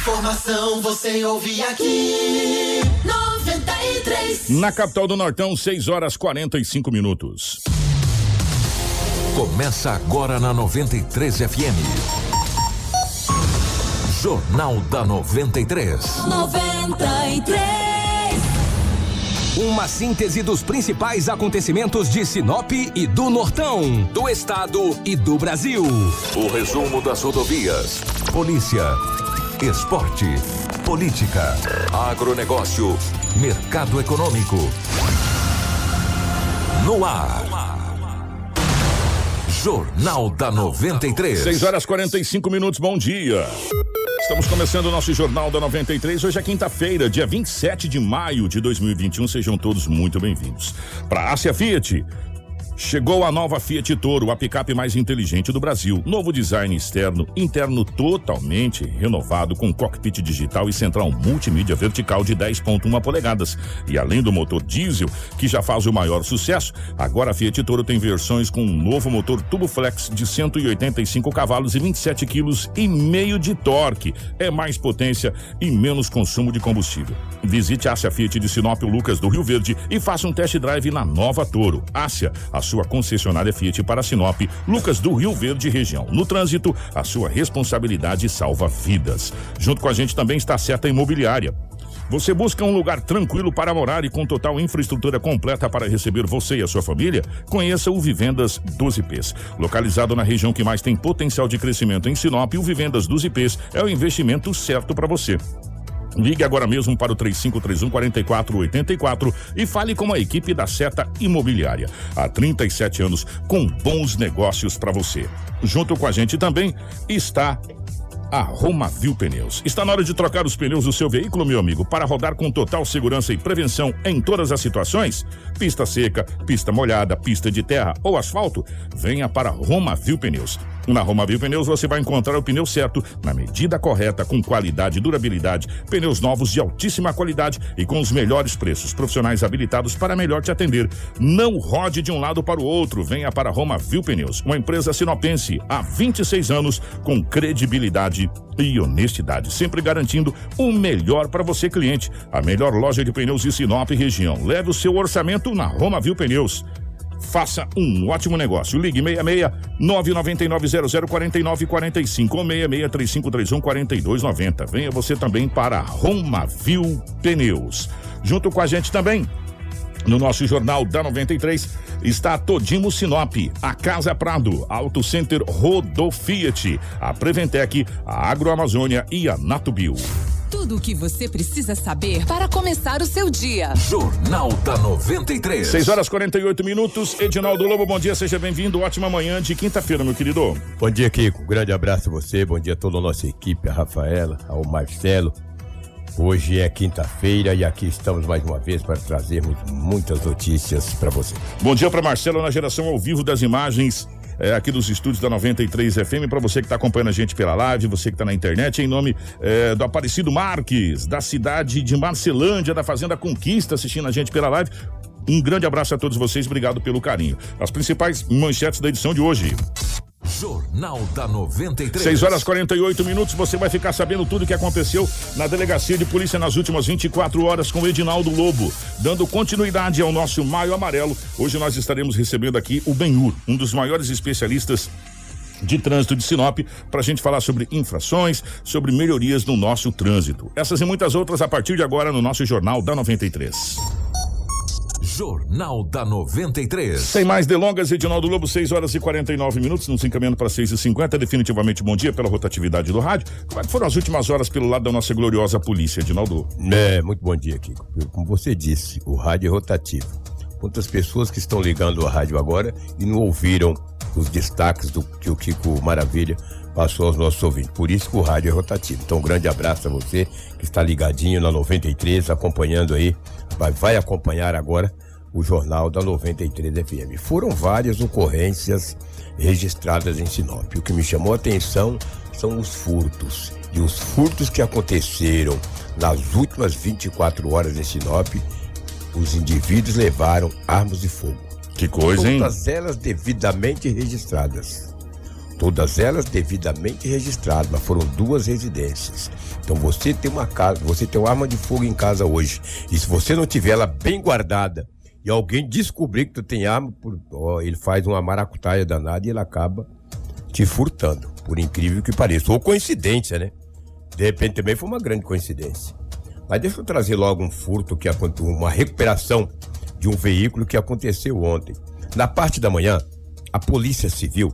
Informação você ouve aqui. 93. Na capital do Nortão, 6h45. Começa agora na 93 FM. Jornal da 93. 93. Uma síntese dos principais acontecimentos de Sinop e do Nortão, do estado e do Brasil. O resumo das rodovias, polícia, esporte, política, agronegócio, mercado econômico. No ar. Jornal da 93. 6h45, bom dia. Estamos começando o nosso Jornal da 93. Hoje é quinta-feira, dia 27 de maio de 2021. Sejam todos muito bem-vindos. Para a Ásia Fiat, chegou a nova Fiat Toro, a picape mais inteligente do Brasil. Novo design externo, interno totalmente renovado, com cockpit digital e central multimídia vertical de 10,1 polegadas. E além do motor diesel, que já faz o maior sucesso, agora a Fiat Toro tem versões com um novo motor Turbo Flex de 185 cavalos e 27,5 kg de torque. É mais potência e menos consumo de combustível. Visite a Ásia Fiat de Sinop, Lucas do Rio Verde, e faça um test drive na nova Toro. Ásia, a sua concessionária Fiat para Sinop, Lucas do Rio Verde região. No trânsito, a sua responsabilidade salva vidas. Junto com a gente também está a Seta Imobiliária. Você busca um lugar tranquilo para morar e com total infraestrutura completa para receber você e a sua família? Conheça o Vivendas dos IPs. Localizado na região que mais tem potencial de crescimento em Sinop, o Vivendas dos IPs é o investimento certo para você. Ligue agora mesmo para o 3531-4484 e fale com a equipe da Seta Imobiliária. Há 37 anos com bons negócios para você. Junto com a gente também está a Romavil Pneus. Está na hora de trocar os pneus do seu veículo, meu amigo, para rodar com total segurança e prevenção em todas as situações? Pista seca, pista molhada, pista de terra ou asfalto? Venha para Romavil Pneus. Na Romavil Pneus você vai encontrar o pneu certo, na medida correta, com qualidade e durabilidade, pneus novos de altíssima qualidade e com os melhores preços, profissionais habilitados para melhor te atender. Não rode de um lado para o outro, venha para Romavil Pneus, uma empresa sinopense há 26 anos com credibilidade e honestidade, sempre garantindo o melhor para você, cliente. A melhor loja de pneus de Sinop e região. Leve o seu orçamento na Romavil Pneus. Faça um ótimo negócio. Ligue 66-999-00-4945 ou 66-3531-4290. Venha você também para Romavil Pneus. Junto com a gente também, no nosso Jornal da 93, está a Todimo Sinop, a Casa Prado, Auto Center Rodo Fiat, a Preventec, a Agroamazônia e a Natubio. Tudo o que você precisa saber para começar o seu dia. Jornal da 93. 6h48. Edinaldo Lobo, bom dia, seja bem-vindo. Ótima manhã de quinta-feira, meu querido. Bom dia, Kiko. Um grande abraço a você. Bom dia a toda a nossa equipe, a Rafaela, ao Marcelo. Hoje é quinta-feira e aqui estamos mais uma vez para trazermos muitas notícias para você. Bom dia para Marcelo na geração ao vivo das imagens aqui dos estúdios da 93 FM, para você que está acompanhando a gente pela live, você que está na internet, em nome do Aparecido Marques, da cidade de Marcelândia, da Fazenda Conquista, assistindo a gente pela live. Um grande abraço a todos vocês, obrigado pelo carinho. As principais manchetes da edição de hoje. Jornal da 93. 6h48, você vai ficar sabendo tudo o que aconteceu na Delegacia de Polícia nas últimas 24 horas com o Edinaldo Lobo. Dando continuidade ao nosso Maio Amarelo, hoje nós estaremos recebendo aqui o Benhur, um dos maiores especialistas de trânsito de Sinop, para a gente falar sobre infrações, sobre melhorias no nosso trânsito. Essas e muitas outras a partir de agora no nosso Jornal da 93. Jornal da 93. Sem mais delongas, Edinaldo Lobo, 6h49, nos encaminhando para 6h50. Definitivamente bom dia pela rotatividade do rádio. Como é que foram as últimas horas pelo lado da nossa gloriosa polícia, Edinaldo? Muito bom dia, Kiko. Como você disse, o rádio é rotativo. Quantas pessoas que estão ligando a rádio agora e não ouviram os destaques do que o Kiko Maravilha passou aos nossos ouvintes. Por isso que o rádio é rotativo. Então, um grande abraço a você que está ligadinho na 93, acompanhando aí, vai acompanhar agora o Jornal da 93 FM. Foram várias ocorrências registradas em Sinop. O que me chamou a atenção são os furtos. E os furtos que aconteceram nas últimas 24 horas em Sinop, os indivíduos levaram armas de fogo. Que coisa, hein? Todas elas devidamente registradas. Todas elas devidamente registradas, mas foram 2 residências. Então você tem uma casa, você tem uma arma de fogo em casa hoje, e se você não tiver ela bem guardada e alguém descobrir que tu tem arma, ele faz uma maracutaia danada e ele acaba te furtando, por incrível que pareça. Ou coincidência, né? De repente também foi uma grande coincidência. Mas deixa eu trazer logo um furto, uma recuperação de um veículo que aconteceu ontem. Na parte da manhã, a Polícia Civil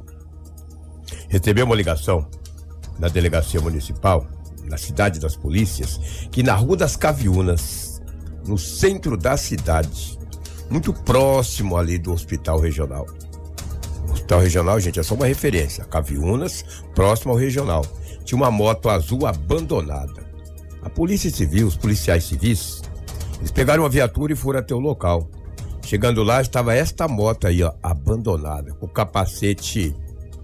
recebeu uma ligação na Delegacia Municipal, na Cidade das Polícias, que na Rua das Caviunas, no centro da cidade, muito próximo ali do Hospital Regional. O Hospital Regional, gente, é só uma referência. Caviunas, próximo ao Regional. Tinha uma moto azul abandonada. A Polícia Civil, os policiais civis, eles pegaram uma viatura e foram até o local. Chegando lá, estava esta moto aí, ó, abandonada, com o capacete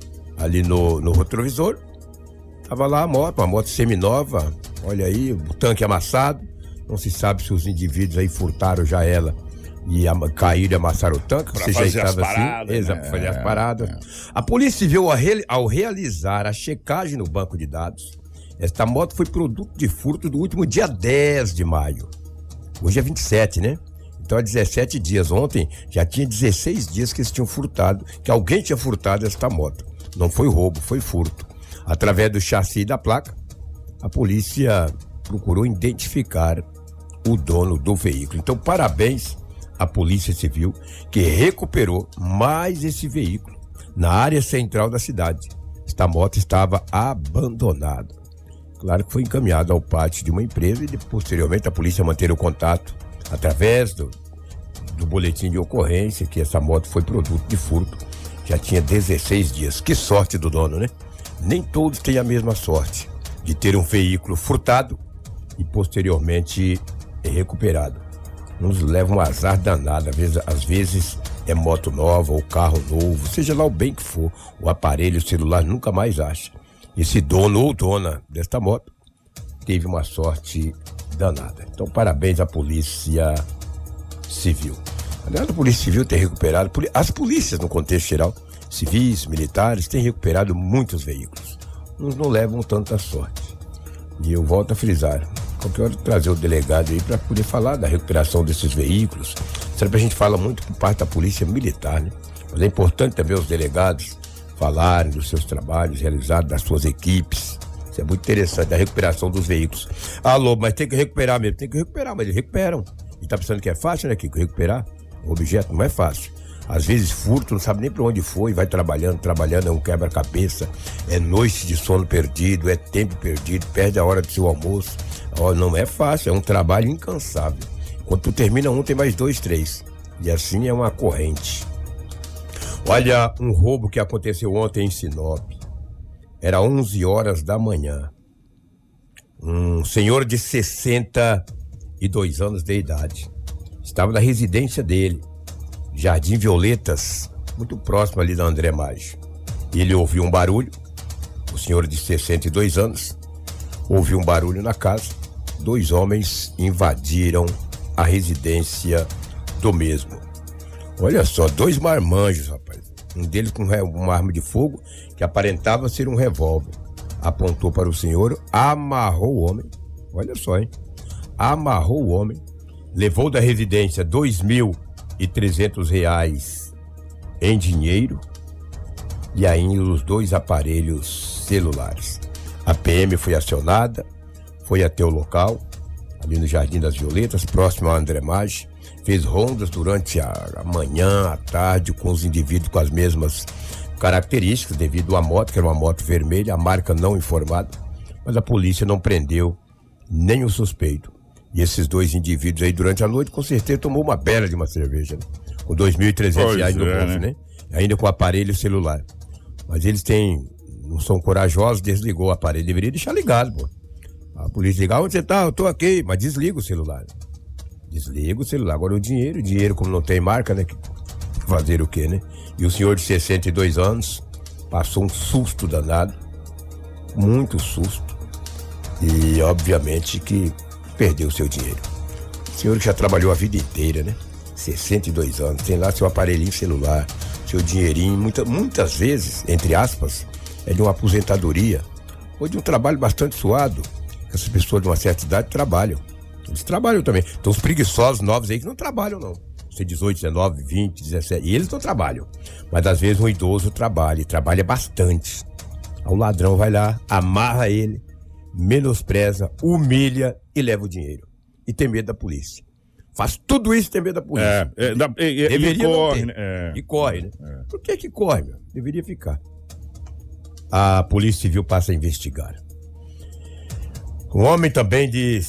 ali no retrovisor. Tava lá a moto, uma moto seminova, olha aí, o tanque amassado. Não se sabe se os indivíduos aí furtaram já ela e caíram e amassaram o tanque. Pra fazer as paradas, assim, né? Pra fazer as paradas. A Polícia Civil, ao realizar a checagem no banco de dados, esta moto foi produto de furto do último dia 10 de maio. Hoje é 27, né? Então há 17 dias. Ontem já tinha 16 dias que eles tinham furtado, que alguém tinha furtado esta moto. Não foi roubo, foi furto. Através do chassi e da placa, a polícia procurou identificar o dono do veículo. Então, parabéns à Polícia Civil, que recuperou mais esse veículo na área central da cidade. Esta moto estava abandonada. Claro que foi encaminhada ao pátio de uma empresa e posteriormente a polícia manteve o contato através do boletim de ocorrência que essa moto foi produto de furto. Já tinha 16 dias. Que sorte do dono, né? Nem todos têm a mesma sorte de ter um veículo furtado e posteriormente recuperado. Uns levam um azar danado. Às vezes é moto nova ou carro novo, seja lá o bem que for, o aparelho celular nunca mais acha. Esse dono ou dona desta moto teve uma sorte danada. Então, parabéns à Polícia Civil. Aliás, a Polícia Civil tem recuperado, as polícias no contexto geral, civis, militares, têm recuperado muitos veículos. Uns não levam tanta sorte. E eu volto a frisar, qualquer hora trazer o delegado aí para poder falar da recuperação desses veículos. Sempre a gente fala muito por parte da Polícia Militar, né? Mas é importante também os delegados falarem dos seus trabalhos realizados, das suas equipes. Isso é muito interessante, a recuperação dos veículos. Alô, mas tem que recuperar mesmo, tem que recuperar, mas eles recuperam. E tá pensando que é fácil, né, Kiko? Recuperar o objeto não é fácil. Às vezes furto, não sabe nem para onde foi, vai trabalhando, é um quebra-cabeça, é noite de sono perdido, é tempo perdido, perde a hora do seu almoço. Não é fácil, é um trabalho incansável. Quando tu termina um, tem mais 2, 3. E assim é uma corrente. Olha, um roubo que aconteceu ontem em Sinop. Era 11 horas da manhã. Um senhor de 62 anos de idade estava na residência dele, Jardim Violetas, muito próximo ali da André Maggi. Ele ouviu um barulho, o senhor de 62 anos ouviu um barulho na casa. 2 homens invadiram a residência do mesmo. Olha só, 2 marmanjos, rapaz. Um deles com uma arma de fogo que aparentava ser um revólver. Apontou para o senhor, amarrou o homem. Olha só, hein? Amarrou o homem, levou da residência R$2.300 em dinheiro e ainda os 2 aparelhos celulares. A PM foi acionada, foi até o local, ali no Jardim das Violetas, próximo a André Maggi, fez rondas durante a manhã, a tarde, com os indivíduos com as mesmas características, devido à moto, que era uma moto vermelha, a marca não informada, mas a polícia não prendeu nem o suspeito. E esses 2 indivíduos aí, durante a noite, com certeza tomou uma bela de uma cerveja, né? Com R$2.300 no bolso, né? Ainda com aparelho celular. Mas eles não são corajosos, desligou o aparelho. Deveria deixar ligado, pô. A polícia liga, onde você tá? Eu tô aqui. Mas desliga o celular. Desliga o celular. Agora o dinheiro como não tem marca, né? Fazer o quê, né? E o senhor de 62 anos passou um susto danado. Muito susto. E obviamente que perdeu o seu dinheiro. O senhor que já trabalhou a vida inteira, né? 62 anos, tem lá seu aparelhinho celular, seu dinheirinho, muitas vezes, entre aspas, é de uma aposentadoria ou de um trabalho bastante suado. Essas pessoas de uma certa idade trabalham. Eles trabalham também. Então os preguiçosos novos aí que não trabalham, não. Você 18, 19, 20, 17, e eles não trabalham. Mas às vezes um idoso trabalha, e trabalha bastante. O ladrão vai lá, amarra ele, menospreza, humilha e leva o dinheiro. E tem medo da polícia. Faz tudo isso e tem medo da polícia. Deveria corre, não ter. né? E corre, né? Por que corre, meu? Deveria ficar. A Polícia Civil passa a investigar. Um homem também de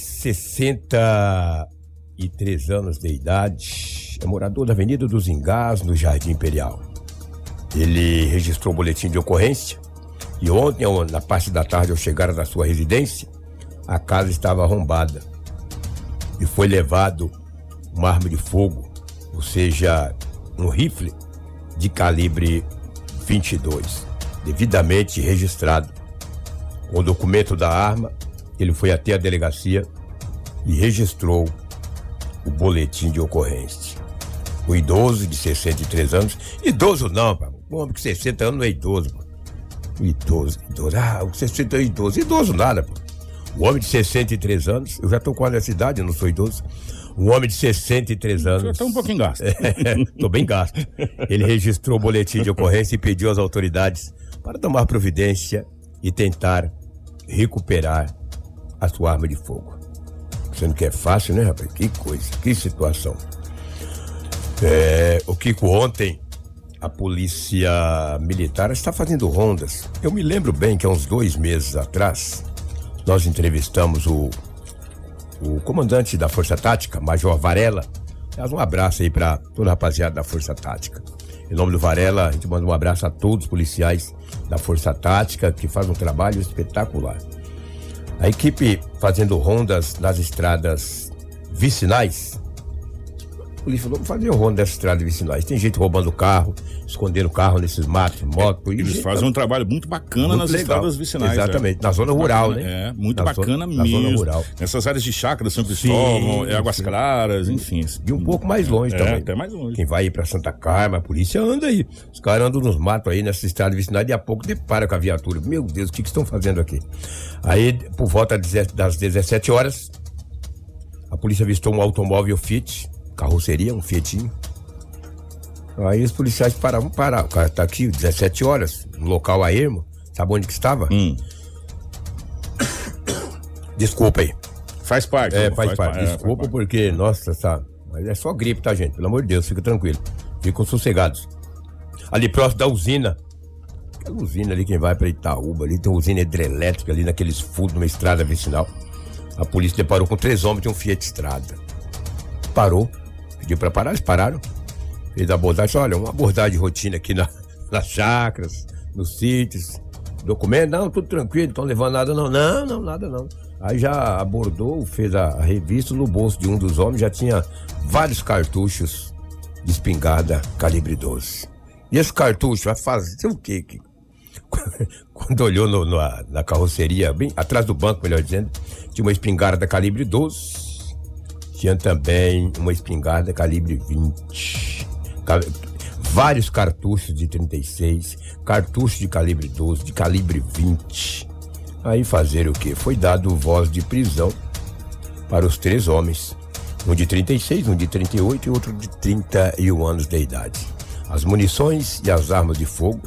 63 anos de idade, é morador da Avenida dos Engás, no Jardim Imperial. Ele registrou um boletim de ocorrência e ontem, na parte da tarde, ao chegar da sua residência, a casa estava arrombada e foi levado uma arma de fogo, ou seja, um rifle de calibre 22, devidamente registrado. Com o documento da arma, ele foi até a delegacia e registrou o boletim de ocorrência. O idoso de 63 anos, idoso não, pá. Um homem de 60 anos não é idoso, pá. Idoso. O 60 é idoso. Idoso nada, pô. O homem de 63 anos, eu já tô quase nessa idade, eu não sou idoso. Um homem de 63 anos. Já tá um pouquinho gasto. Tô bem gasto. Ele registrou o boletim de ocorrência e pediu às autoridades para tomar providência e tentar recuperar a sua arma de fogo. Sendo que é fácil, né, rapaz? Que coisa, que situação. O Kiko, ontem a polícia militar está fazendo rondas. Eu me lembro bem que há uns 2 meses atrás nós entrevistamos o comandante da Força Tática, Major Varela. Dá um abraço aí para toda a rapaziada da Força Tática. Em nome do Varela, a gente manda um abraço a todos os policiais da Força Tática que fazem um trabalho espetacular. A equipe fazendo rondas nas estradas vicinais. A polícia falou, vamos fazer ronda nessas estradas vicinais. Tem gente roubando carro, escondendo carro nesses matos, moto. Eles fazem um trabalho muito bacana muito nas estradas vicinais. Exatamente, na zona rural, né? Muito bacana mesmo. Na zona rural. Nessas áreas de chácara, São Cristóvão, Águas Claras, enfim. E um pouco mais longe também. Até mais longe. Quem vai ir pra Santa Carma, a polícia anda aí. Os caras andam nos matos aí, nessas estradas vicinais, e a pouco depara com a viatura. Meu Deus, o que estão fazendo aqui? Aí, por volta das 17 horas, a polícia avistou um automóvel Fiat, carroceria, um Fiatinho. Aí os policiais pararam. O cara tá aqui, 17 horas, no local a ermo. Sabe onde que estava? Desculpa aí. Faz parte. Faz parte. Desculpa porque, nossa, mas é só gripe, tá, gente? Pelo amor de Deus, fica tranquilo. Ficam sossegados. Ali próximo da usina. Aquela usina ali, quem vai pra Itaúba, ali tem uma usina hidrelétrica ali naqueles furos, numa estrada vicinal. A polícia deparou com 3 homens de um Fiat Strada. Parou. Pediu pra parar, eles pararam. Fez a abordagem, olha, uma abordagem de rotina aqui nas chácaras, nos sítios. Documento, não, tudo tranquilo, não estão levando nada não. Não, nada não. Aí já abordou, fez a revista. No bolso de um dos homens já tinha vários cartuchos de espingarda calibre 12. E esse cartucho vai fazer o quê? Quando olhou na carroceria, bem atrás do banco, melhor dizendo, tinha uma espingarda calibre 12. Tinha também uma espingarda calibre 20. Vários cartuchos de 36, cartuchos de calibre 12, de calibre 20. Aí fazer o quê? Foi dado voz de prisão para os 3 homens. Um de 36, um de 38 e outro de 31 anos de idade. As munições e as armas de fogo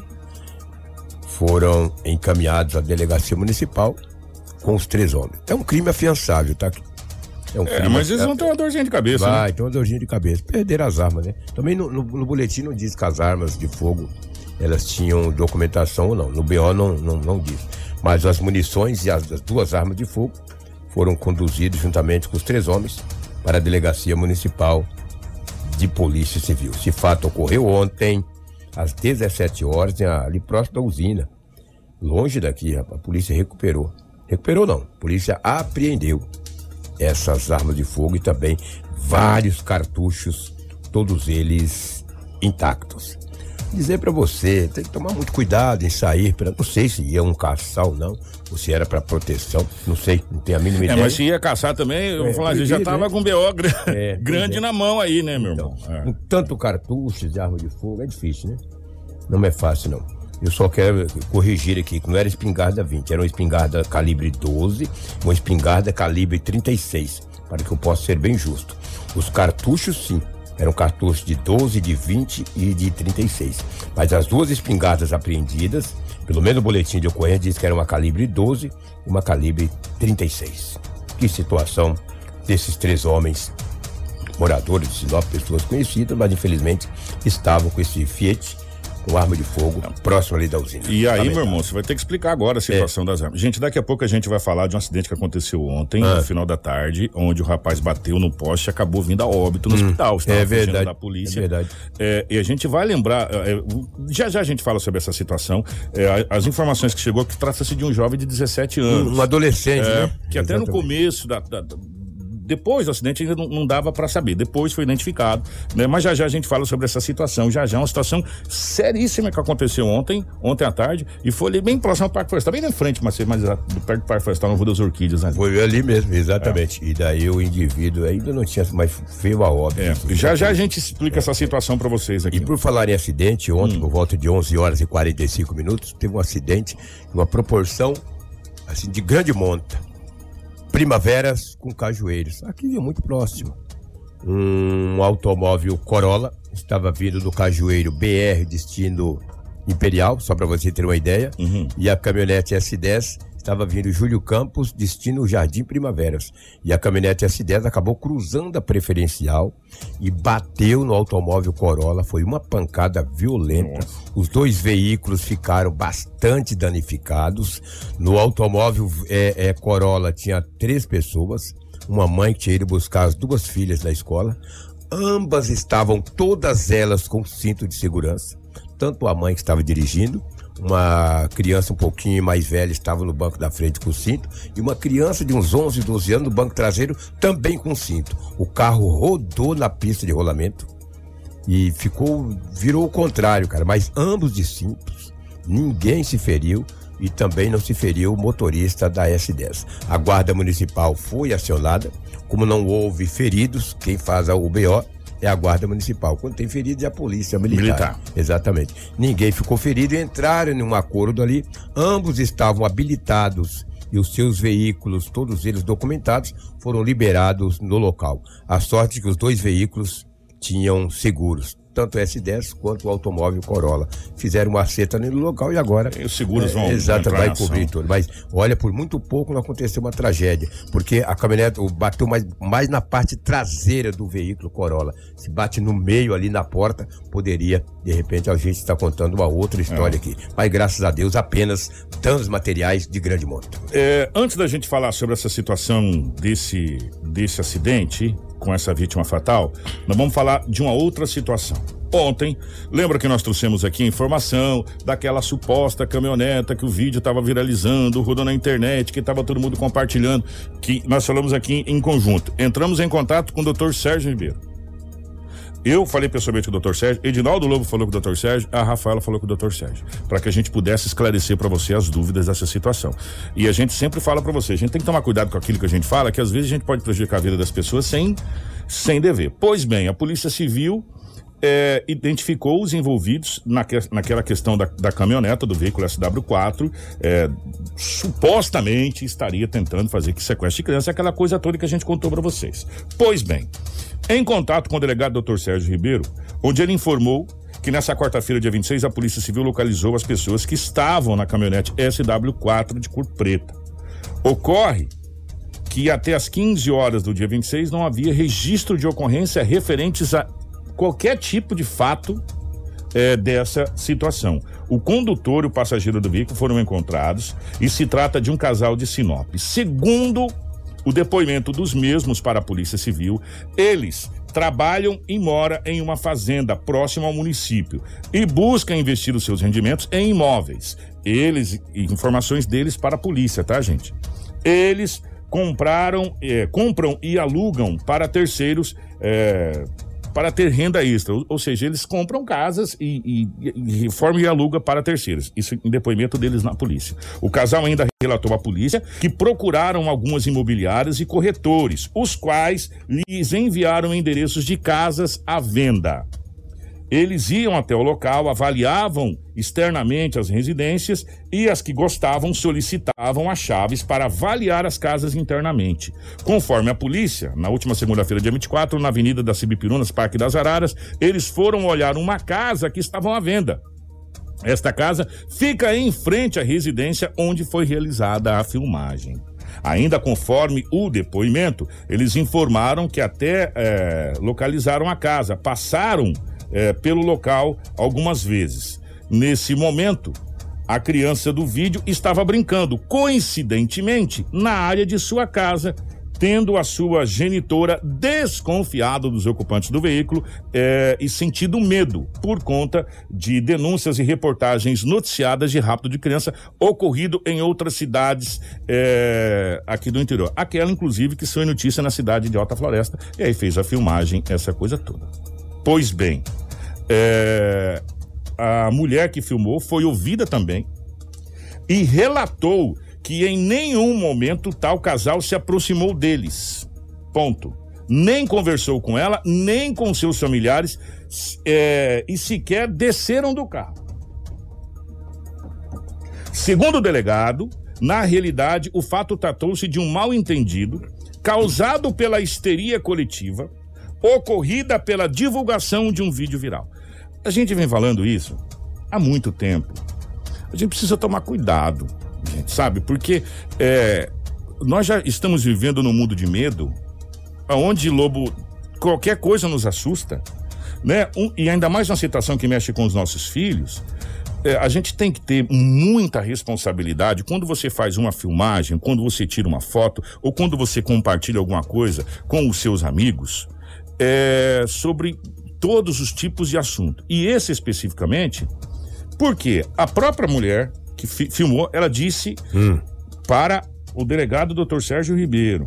foram encaminhados à delegacia municipal com os 3 homens. É um crime afiançável, tá? Mas eles vão ter uma dorzinha de cabeça, né? Vai, tem uma dorzinha de cabeça. Perderam as armas, né? Também no boletim não diz que as armas de fogo, elas tinham documentação ou não. No BO não diz. Mas as munições e as 2 armas de fogo foram conduzidas juntamente com os 3 homens para a Delegacia Municipal de Polícia Civil. Esse fato ocorreu ontem, às 17 horas, ali próximo da usina. Longe daqui, rapaz. A polícia recuperou. Recuperou não, a polícia apreendeu essas armas de fogo e também vários cartuchos, todos eles intactos. Dizer pra você, tem que tomar muito cuidado em sair, não sei se ia um caçar ou não, ou se era pra proteção, não sei, não tenho a mínima ideia. Mas se ia caçar também, eu vou falar, já tava com BO grande na mão aí, né, meu irmão? Com tanto cartucho de arma de fogo, é difícil, né? Não é fácil, não. Eu só quero corrigir aqui que não era espingarda 20, era uma espingarda calibre 12, uma espingarda calibre 36, para que eu possa ser bem justo. Os cartuchos, sim, eram cartuchos de 12, de 20 e de 36. Mas as duas espingardas apreendidas, pelo menos o boletim de ocorrência diz que era uma calibre 12 e uma calibre 36. Que situação desses 3 homens, moradores de Sinop, pessoas conhecidas, mas infelizmente estavam com esse Fiat, com arma de fogo, próximo ali da usina. E aí, meu irmão, você vai ter que explicar agora a situação das armas. Gente, daqui a pouco a gente vai falar de um acidente que aconteceu ontem, no final da tarde, onde o rapaz bateu no poste e acabou vindo a óbito no hospital. É verdade. Da polícia. É verdade. E a gente vai lembrar, já a gente fala sobre essa situação, as informações que chegou que trata-se de um jovem de 17 anos. Um adolescente, né? Que até no começo depois do acidente ainda não dava para saber, depois foi identificado, né? Mas já a gente fala sobre essa situação, já uma situação seríssima que aconteceu ontem à tarde, e foi ali bem próximo ao Parque Florestal, bem na frente, mas perto do Parque Florestal, no Rua das Orquídeas, né? Foi ali mesmo, exatamente. E daí o indivíduo ainda não tinha mais feio a óbito. Já a gente explica essa situação para vocês aqui. E por falar em acidente, ontem, por volta de 11 horas e 45 minutos, teve um acidente de uma proporção, assim, de grande monta. Primaveras com Cajueiros, aqui é muito próximo. Um automóvel Corolla estava vindo do Cajueiro BR, destino Imperial, só para você ter uma ideia, e a caminhonete S10 estava vindo Júlio Campos, destino Jardim Primaveras. E a caminhonete S10 acabou cruzando a preferencial e bateu no automóvel Corolla. Foi uma pancada violenta. Nossa. Os 2 veículos ficaram bastante danificados. No automóvel Corolla tinha 3 pessoas. Uma mãe que tinha ido buscar as 2 filhas na escola. Ambas estavam, todas elas, com cinto de segurança. Tanto a mãe que estava dirigindo, uma criança um pouquinho mais velha estava no banco da frente com cinto, e uma criança de uns 11, 12 anos no banco traseiro também com cinto. O carro rodou na pista de rolamento e virou o contrário, cara, mas ambos de cintos, ninguém se feriu e também não se feriu o motorista da S10. A Guarda Municipal foi acionada, como não houve feridos, quem faz a UBO é a Guarda Municipal. Quando tem ferido é a Polícia Militar. Exatamente. Ninguém ficou ferido e entraram em um acordo ali. Ambos estavam habilitados e os seus veículos, todos eles documentados, foram liberados no local. A sorte é que os 2 veículos tinham seguros. Tanto o S10 quanto o automóvel Corolla. Fizeram uma acerto ali no local e agora... E os seguros vão vai cobrir tudo. Mas, olha, por muito pouco não aconteceu uma tragédia, porque a caminhonete bateu mais na parte traseira do veículo Corolla. Se bate no meio ali na porta, poderia, de repente, a gente está contando uma outra história aqui. Mas, graças a Deus, apenas danos materiais de grande monta. Antes da gente falar sobre essa situação desse acidente com essa vítima fatal, nós vamos falar de uma outra situação. Ontem, lembra que nós trouxemos aqui a informação daquela suposta caminhoneta que o vídeo estava viralizando, rodou na internet, que estava todo mundo compartilhando, que nós falamos aqui em conjunto. Entramos em contato com o Dr. Sérgio Ribeiro. Eu falei pessoalmente com o Dr. Sérgio, Edinaldo Lobo falou com o Dr. Sérgio, a Rafaela falou com o Dr. Sérgio, para que a gente pudesse esclarecer para você as dúvidas dessa situação. E a gente sempre fala para você, a gente tem que tomar cuidado com aquilo que a gente fala, que às vezes a gente pode prejudicar a vida das pessoas sem dever. Pois bem, a Polícia Civil identificou os envolvidos naquela questão da caminhoneta do veículo SW4, supostamente estaria tentando fazer que sequestro de criança, aquela coisa toda que a gente contou para vocês. Pois bem, em contato com o delegado Dr. Sérgio Ribeiro, onde ele informou que nessa quarta-feira, dia 26, a Polícia Civil localizou as pessoas que estavam na caminhonete SW4 de cor preta. Ocorre que até as 15 horas do dia 26 não havia registro de ocorrência referentes a qualquer tipo de fato dessa situação. O condutor e o passageiro do veículo foram encontrados e se trata de um casal de Sinop. Segundo o depoimento dos mesmos para a Polícia Civil, eles trabalham e moram em uma fazenda próxima ao município e buscam investir os seus rendimentos em imóveis. Informações deles para a polícia, tá, gente? Eles compram e alugam para terceiros para ter renda extra, ou seja, eles compram casas e reformam e alugam para terceiros. Isso em depoimento deles na polícia. O casal ainda relatou à polícia que procuraram algumas imobiliárias e corretores, os quais lhes enviaram endereços de casas à venda. Eles iam até o local, avaliavam externamente as residências e as que gostavam solicitavam as chaves para avaliar as casas internamente. Conforme a polícia, na última segunda-feira, dia 24, na Avenida das Cibipirunas, Parque das Araras, eles foram olhar uma casa que estavam à venda. Esta casa fica em frente à residência onde foi realizada a filmagem. Ainda conforme o depoimento, eles informaram que até localizaram a casa, passaram pelo local algumas vezes. Nesse momento, a criança do vídeo estava brincando, coincidentemente, na área de sua casa, tendo a sua genitora desconfiado dos ocupantes do veículo e sentido medo por conta de denúncias e reportagens noticiadas de rapto de criança ocorrido em outras cidades aqui do interior. Aquela, inclusive, que foi notícia na cidade de Alta Floresta, e aí fez a filmagem, essa coisa toda. Pois bem, a mulher que filmou foi ouvida também e relatou que em nenhum momento tal casal se aproximou deles. Ponto. Nem conversou com ela, nem com seus familiares e sequer desceram do carro. Segundo o delegado, na realidade, o fato tratou-se de um mal-entendido causado pela histeria coletiva ocorrida pela divulgação de um vídeo viral. A gente vem falando isso há muito tempo. A gente precisa tomar cuidado, gente, sabe? Porque nós já estamos vivendo num mundo de medo, onde, Lobo, qualquer coisa nos assusta, né? E ainda mais uma situação que mexe com os nossos filhos. A gente tem que ter muita responsabilidade quando você faz uma filmagem, quando você tira uma foto ou quando você compartilha alguma coisa com os seus amigos, sobre todos os tipos de assunto. E esse especificamente, porque a própria mulher que filmou, ela disse para o delegado Dr. Sérgio Ribeiro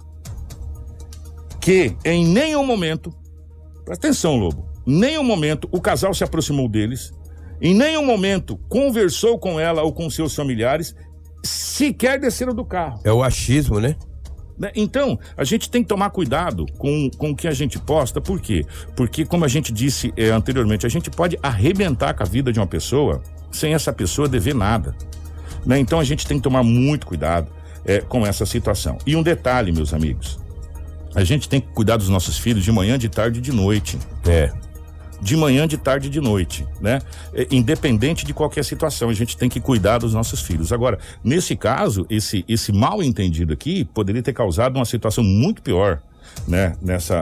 que em nenhum momento, presta atenção, Lobo, em nenhum momento o casal se aproximou deles, em nenhum momento conversou com ela ou com seus familiares, sequer desceram do carro. É o achismo, né? Então, a gente tem que tomar cuidado com o que a gente posta. Por quê? Porque, como a gente disse anteriormente, a gente pode arrebentar com a vida de uma pessoa sem essa pessoa dever nada, né? Então, a gente tem que tomar muito cuidado com essa situação. E um detalhe, meus amigos, a gente tem que cuidar dos nossos filhos de manhã, de tarde e de noite. De manhã, de tarde e de noite, né? Independente de qualquer situação, a gente tem que cuidar dos nossos filhos. Agora, nesse caso, esse mal entendido aqui poderia ter causado uma situação muito pior, né?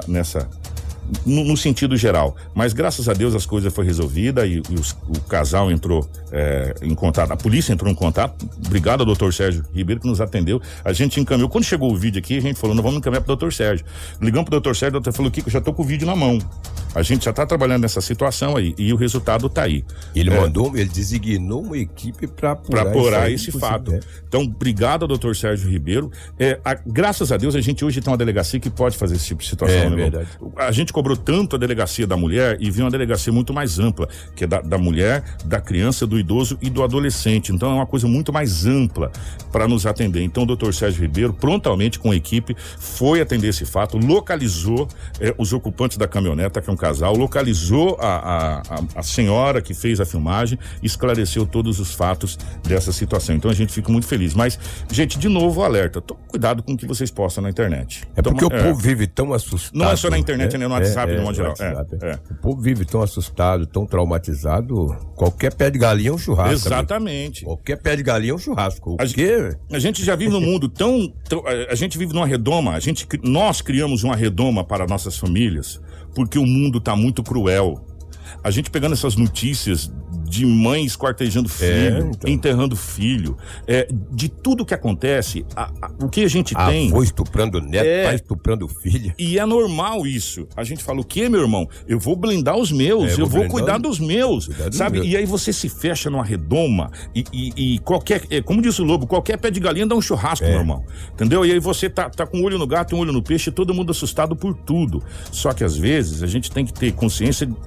No sentido geral. Mas graças a Deus as coisas foram resolvidas e o casal entrou em contato, a polícia entrou em contato. Obrigado ao doutor Sérgio Ribeiro que nos atendeu. A gente encaminhou, quando chegou o vídeo aqui, a gente falou, não, vamos encaminhar pro doutor Sérgio. Ligamos pro doutor Sérgio, o doutor falou, Kiko, eu já tô com o vídeo na mão. A gente já tá trabalhando nessa situação aí e o resultado tá aí. Ele ele designou uma equipe para apurar esse fato. Então, obrigado ao doutor Sérgio Ribeiro. Graças a Deus, a gente hoje tem uma delegacia que pode fazer esse tipo de situação, né? Verdade. A gente cobrou tanto a delegacia da mulher e viu uma delegacia muito mais ampla, que é da mulher, da criança, do idoso e do adolescente. Então é uma coisa muito mais ampla para nos atender. Então o doutor Sérgio Ribeiro, prontamente com a equipe, foi atender esse fato, localizou os ocupantes da caminhoneta, que é um casal, localizou a senhora que fez a filmagem, esclareceu todos os fatos dessa situação. Então a gente fica muito feliz. Mas, gente, de novo, alerta, tome cuidado com o que vocês postam na internet. Porque o povo vive tão assustado. Não é só na internet, né? No WhatsApp, no modo geral. O povo vive tão assustado, tão traumatizado, qualquer pé de galinha é um churrasco. Exatamente. Qualquer pé de galinha é um churrasco. A gente já vive num mundo tão a gente vive numa redoma, nós criamos uma redoma para nossas famílias, porque o mundo tá muito cruel. A gente pegando essas notícias de mãe esquartejando filho, enterrando filho, de tudo que acontece, o que a gente tem... Avô estuprando neto, pai estuprando filha. E é normal isso. A gente fala, o quê, meu irmão? Eu vou blindar os meus, eu vou cuidar dos meus, sabe? E aí você se fecha numa redoma e qualquer, como disse o Lobo, qualquer pé de galinha dá um churrasco, meu irmão. Entendeu? E aí você tá com um olho no gato e um olho no peixe, todo mundo assustado por tudo. Só que às vezes a gente tem que ter consciência de tomar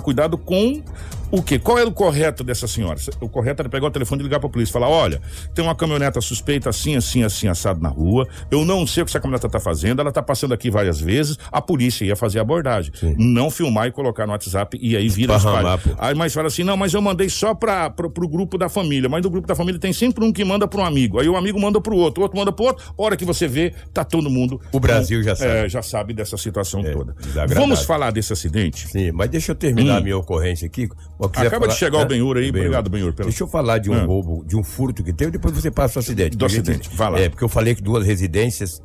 cuidado com o quê? Qual era o correto dessa senhora? O correto era pegar o telefone e ligar pra polícia e falar, olha, tem uma caminhoneta suspeita assim, assado na rua, eu não sei o que essa caminhoneta tá fazendo, ela tá passando aqui várias vezes, a polícia ia fazer a abordagem. Sim. Não filmar e colocar no WhatsApp e aí vira espalha. Aí mas fala assim, não, mas eu mandei só pro grupo da família, mas do grupo da família tem sempre um que manda pra um amigo, aí o amigo manda pro outro, o outro manda pro outro, hora que você vê, tá todo mundo... O Brasil já sabe. Já sabe dessa situação toda. Vamos falar desse acidente? Sim, mas deixa eu terminar a minha ocorrência aqui. Acaba de chegar o Benhur aí, obrigado, Benhur. Deixa eu falar de um roubo, de um furto que teve, depois você passa o acidente. Do acidente, vai lá. Porque eu falei que 2 residências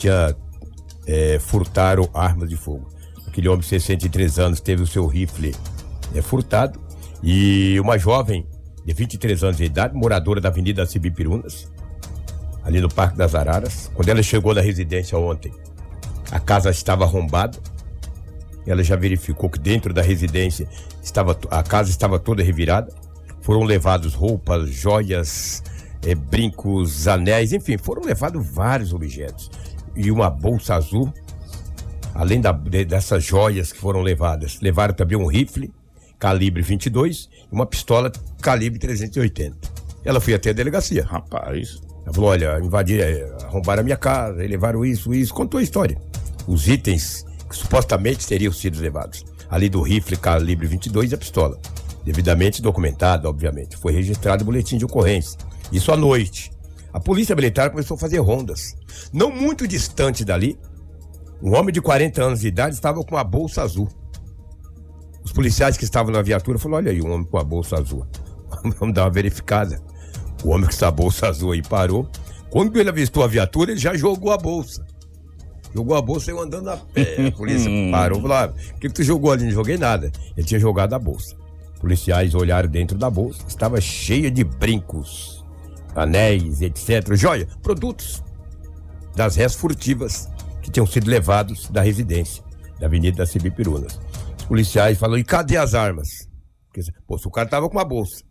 furtaram armas de fogo. Aquele homem de 63 anos teve o seu rifle furtado e uma jovem de 23 anos de idade, moradora da Avenida Cibipirunas, ali no Parque das Araras, quando ela chegou na residência ontem, a casa estava arrombada. Ela já verificou que dentro da residência a casa estava toda revirada. Foram levados roupas, joias, brincos, anéis, enfim, foram levados vários objetos. E uma bolsa azul, além dessas joias que foram levadas, levaram também um rifle calibre 22 e uma pistola calibre 380. Ela foi até a delegacia. Rapaz. Ela falou, olha, arrombaram a minha casa, levaram isso, contou a história. Os itens que supostamente teriam sido levados, ali do rifle calibre 22 e a pistola, devidamente documentado, obviamente, foi registrado o boletim de ocorrência, isso à noite. A polícia militar começou a fazer rondas, não muito distante dali, um homem de 40 anos de idade estava com uma bolsa azul. Os policiais que estavam na viatura falaram, olha aí, um homem com a bolsa azul, vamos dar uma verificada. O homem com essa bolsa azul aí parou, quando ele avistou a viatura, ele já jogou a bolsa. Jogou a bolsa e eu andando a pé. A polícia parou e falou, o que tu jogou ali? Não joguei nada. Ele tinha jogado a bolsa. Policiais olharam dentro da bolsa, estava cheia de brincos, anéis, etc. Joia, produtos das réis furtivas que tinham sido levados da residência, da Avenida das Cibipirunas. Os policiais falaram, e cadê as armas? Porque, se o cara tava com uma bolsa,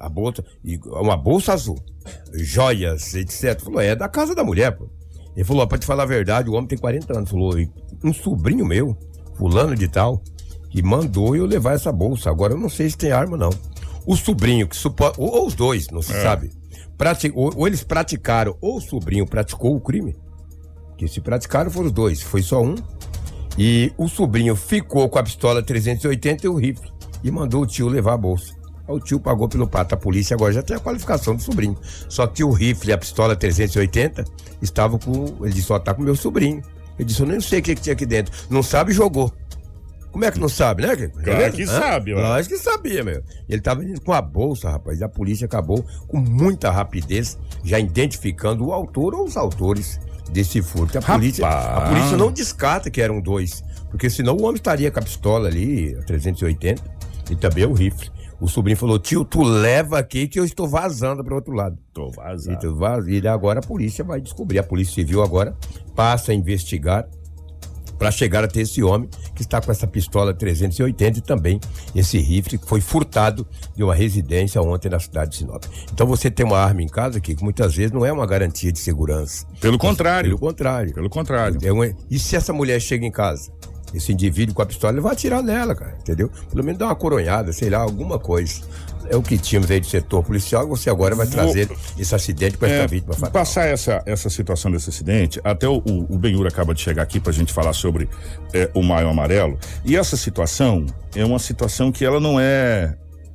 uma bolsa azul, joias, etc. Falou, é da casa da mulher, pô. Ele falou, pra te falar a verdade, o homem tem 40 anos. Falou, um sobrinho meu, fulano de tal, que mandou eu levar essa bolsa. Agora eu não sei se tem arma, não. O sobrinho, ou os dois, não se sabe. Ou eles praticaram, ou o sobrinho praticou o crime. Que se praticaram foram os dois, foi só um. E o sobrinho ficou com a pistola 380 e o rifle. E mandou o tio levar a bolsa. O tio pagou pelo pato. A polícia agora já tem a qualificação do sobrinho. Só que o rifle e a pistola 380 estavam com... Ele disse, só tá com meu sobrinho. Ele disse, eu nem sei o que tinha aqui dentro. Não sabe, jogou. Como é que não sabe, né? Claro que sabe, ó. Lógico que sabia, meu. Ele tava indo com a bolsa, rapaz. E a polícia acabou com muita rapidez, já identificando o autor ou os autores desse furto. A polícia não descarta que eram 2. Porque senão o homem estaria com a pistola ali, a 380, e também o rifle. O sobrinho falou, tio, tu leva aqui que eu estou vazando para o outro lado. Tô vazando. E agora a polícia vai descobrir. A Polícia Civil agora passa a investigar para chegar até esse homem que está com essa pistola 380 e também esse rifle que foi furtado de uma residência ontem na cidade de Sinop. Então você tem uma arma em casa que muitas vezes não é uma garantia de segurança. Pelo contrário. Pelo contrário. E se essa mulher chega em casa? Esse indivíduo com a pistola, ele vai atirar nela, cara, entendeu? Pelo menos dar uma coronhada, sei lá, alguma coisa. É o que tínhamos aí do setor policial, você agora vai trazer esse acidente com essa vítima fatal. Passar essa situação desse acidente, até o Benhur acaba de chegar aqui pra gente falar sobre o Maio Amarelo, e essa situação é uma situação que ela não é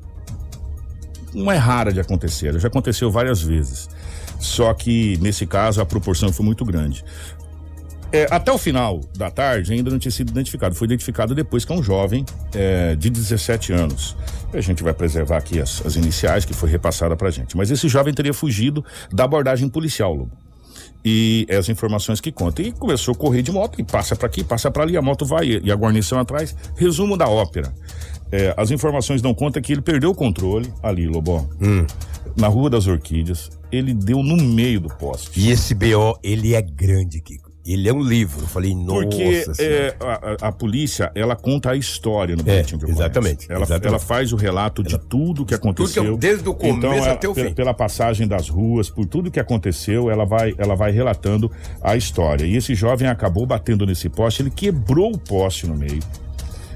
rara de acontecer, ela já aconteceu várias vezes, só que nesse caso a proporção foi muito grande. Até o final da tarde ainda não tinha sido identificado. Foi identificado depois que é um jovem de 17 anos. A gente vai preservar aqui as iniciais que foi repassada pra gente. Mas esse jovem teria fugido da abordagem policial, Lobo. E as informações que contam. E começou a correr de moto e passa pra aqui, passa pra ali, a moto vai e a guarnição atrás. Resumo da ópera. As informações dão conta que ele perdeu o controle ali, Lobão. Na Rua das Orquídeas. Ele deu no meio do poste. E esse BO, ele é grande, Kiko. Ele é um livro, eu falei, nossa. Porque a polícia, ela conta a história no boletim de ocorrência. Exatamente. Ela faz o relato de tudo que aconteceu. Desde o começo então, até o fim. Pela passagem das ruas, por tudo que aconteceu, ela vai relatando a história. E esse jovem acabou batendo nesse poste, ele quebrou o poste no meio.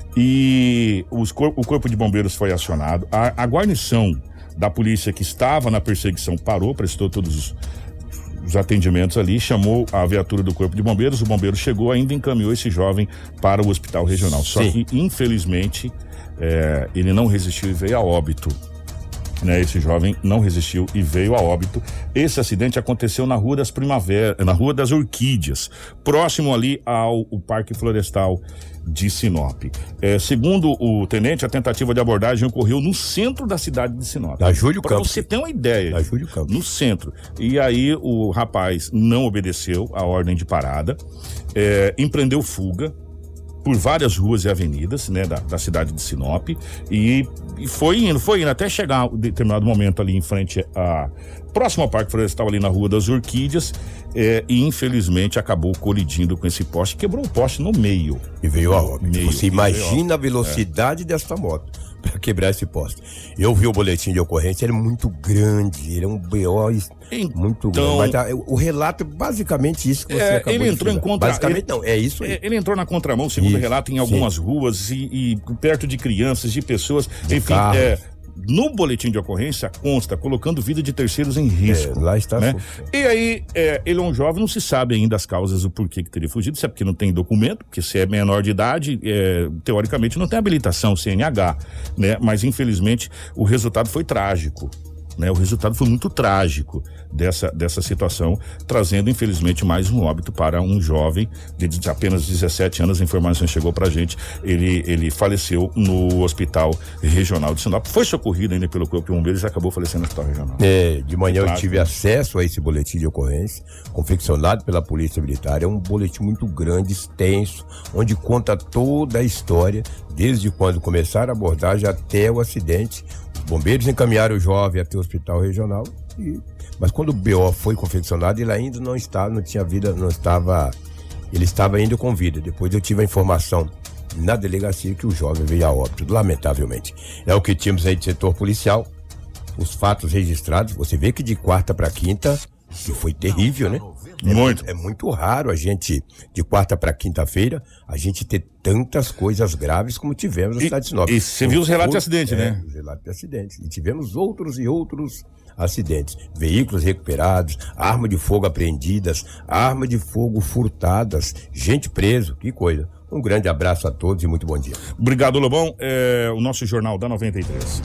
E o Corpo de Bombeiros foi acionado. A guarnição da polícia que estava na perseguição parou, prestou todos os atendimentos ali, chamou a viatura do Corpo de Bombeiros, o bombeiro chegou, ainda encaminhou esse jovem para o hospital regional. Só que, infelizmente, ele não resistiu e veio a óbito. Esse jovem não resistiu e veio a óbito. Esse acidente aconteceu na Rua das Primaveras, na Rua das Orquídeas, próximo ali ao Parque Florestal de Sinop. Segundo o tenente, a tentativa de abordagem ocorreu no centro da cidade de Sinop. Na Júlio Campos. Pra você ter uma ideia. Na Júlio Campos. No centro. E aí o rapaz não obedeceu a ordem de parada, empreendeu fuga por várias ruas e avenidas, da cidade de Sinop, e foi indo até chegar a determinado momento ali em frente próximo ao Parque Florestal, ali na Rua das Orquídeas, e infelizmente acabou colidindo com esse poste, quebrou o poste no meio. E veio a óbito. Você imagina a velocidade desta moto para quebrar esse poste. Eu vi o boletim de ocorrência, ele é muito grande, ele é um BO muito grande. Mas o relato é basicamente isso que você acabou ele entrou de em contra... Basicamente não, é isso aí. Ele entrou na contramão, segundo o relato, em algumas ruas e perto de crianças, de pessoas, enfim, no boletim de ocorrência consta colocando vida de terceiros em risco. Lá está. E aí, ele é um jovem, não se sabe ainda as causas, o porquê que teria fugido, se é porque não tem documento, porque se é menor de idade, teoricamente não tem habilitação, CNH, mas infelizmente o resultado foi trágico. O resultado foi muito trágico dessa situação, trazendo infelizmente mais um óbito para um jovem de apenas 17 anos. A informação chegou pra gente, ele faleceu no Hospital Regional de Sinop, foi socorrido ainda pelo Corpo de Bombeiros e acabou falecendo no Hospital Regional. De manhã eu tive acesso a esse boletim de ocorrência, confeccionado pela Polícia Militar. É um boletim muito grande, extenso, onde conta toda a história, desde quando começaram a abordagem até o acidente. Os bombeiros encaminharam o jovem até o Hospital Regional, mas quando o BO foi confeccionado, ele ainda não tinha vida, ele estava ainda com vida. Depois eu tive a informação na delegacia que o jovem veio a óbito, lamentavelmente. É o que tínhamos aí de setor policial, os fatos registrados. Você vê que de quarta para quinta, que foi terrível, né? É muito raro a gente, de quarta para quinta-feira, a gente ter tantas coisas graves como tivemos na cidade de Sinop. E você viu os relatos de acidente, né? Os relatos de acidentes. E tivemos outros acidentes. Veículos recuperados, armas de fogo apreendidas, armas de fogo furtadas, gente preso, que coisa. Um grande abraço a todos e muito bom dia. Obrigado, Lobão. O nosso Jornal da 93.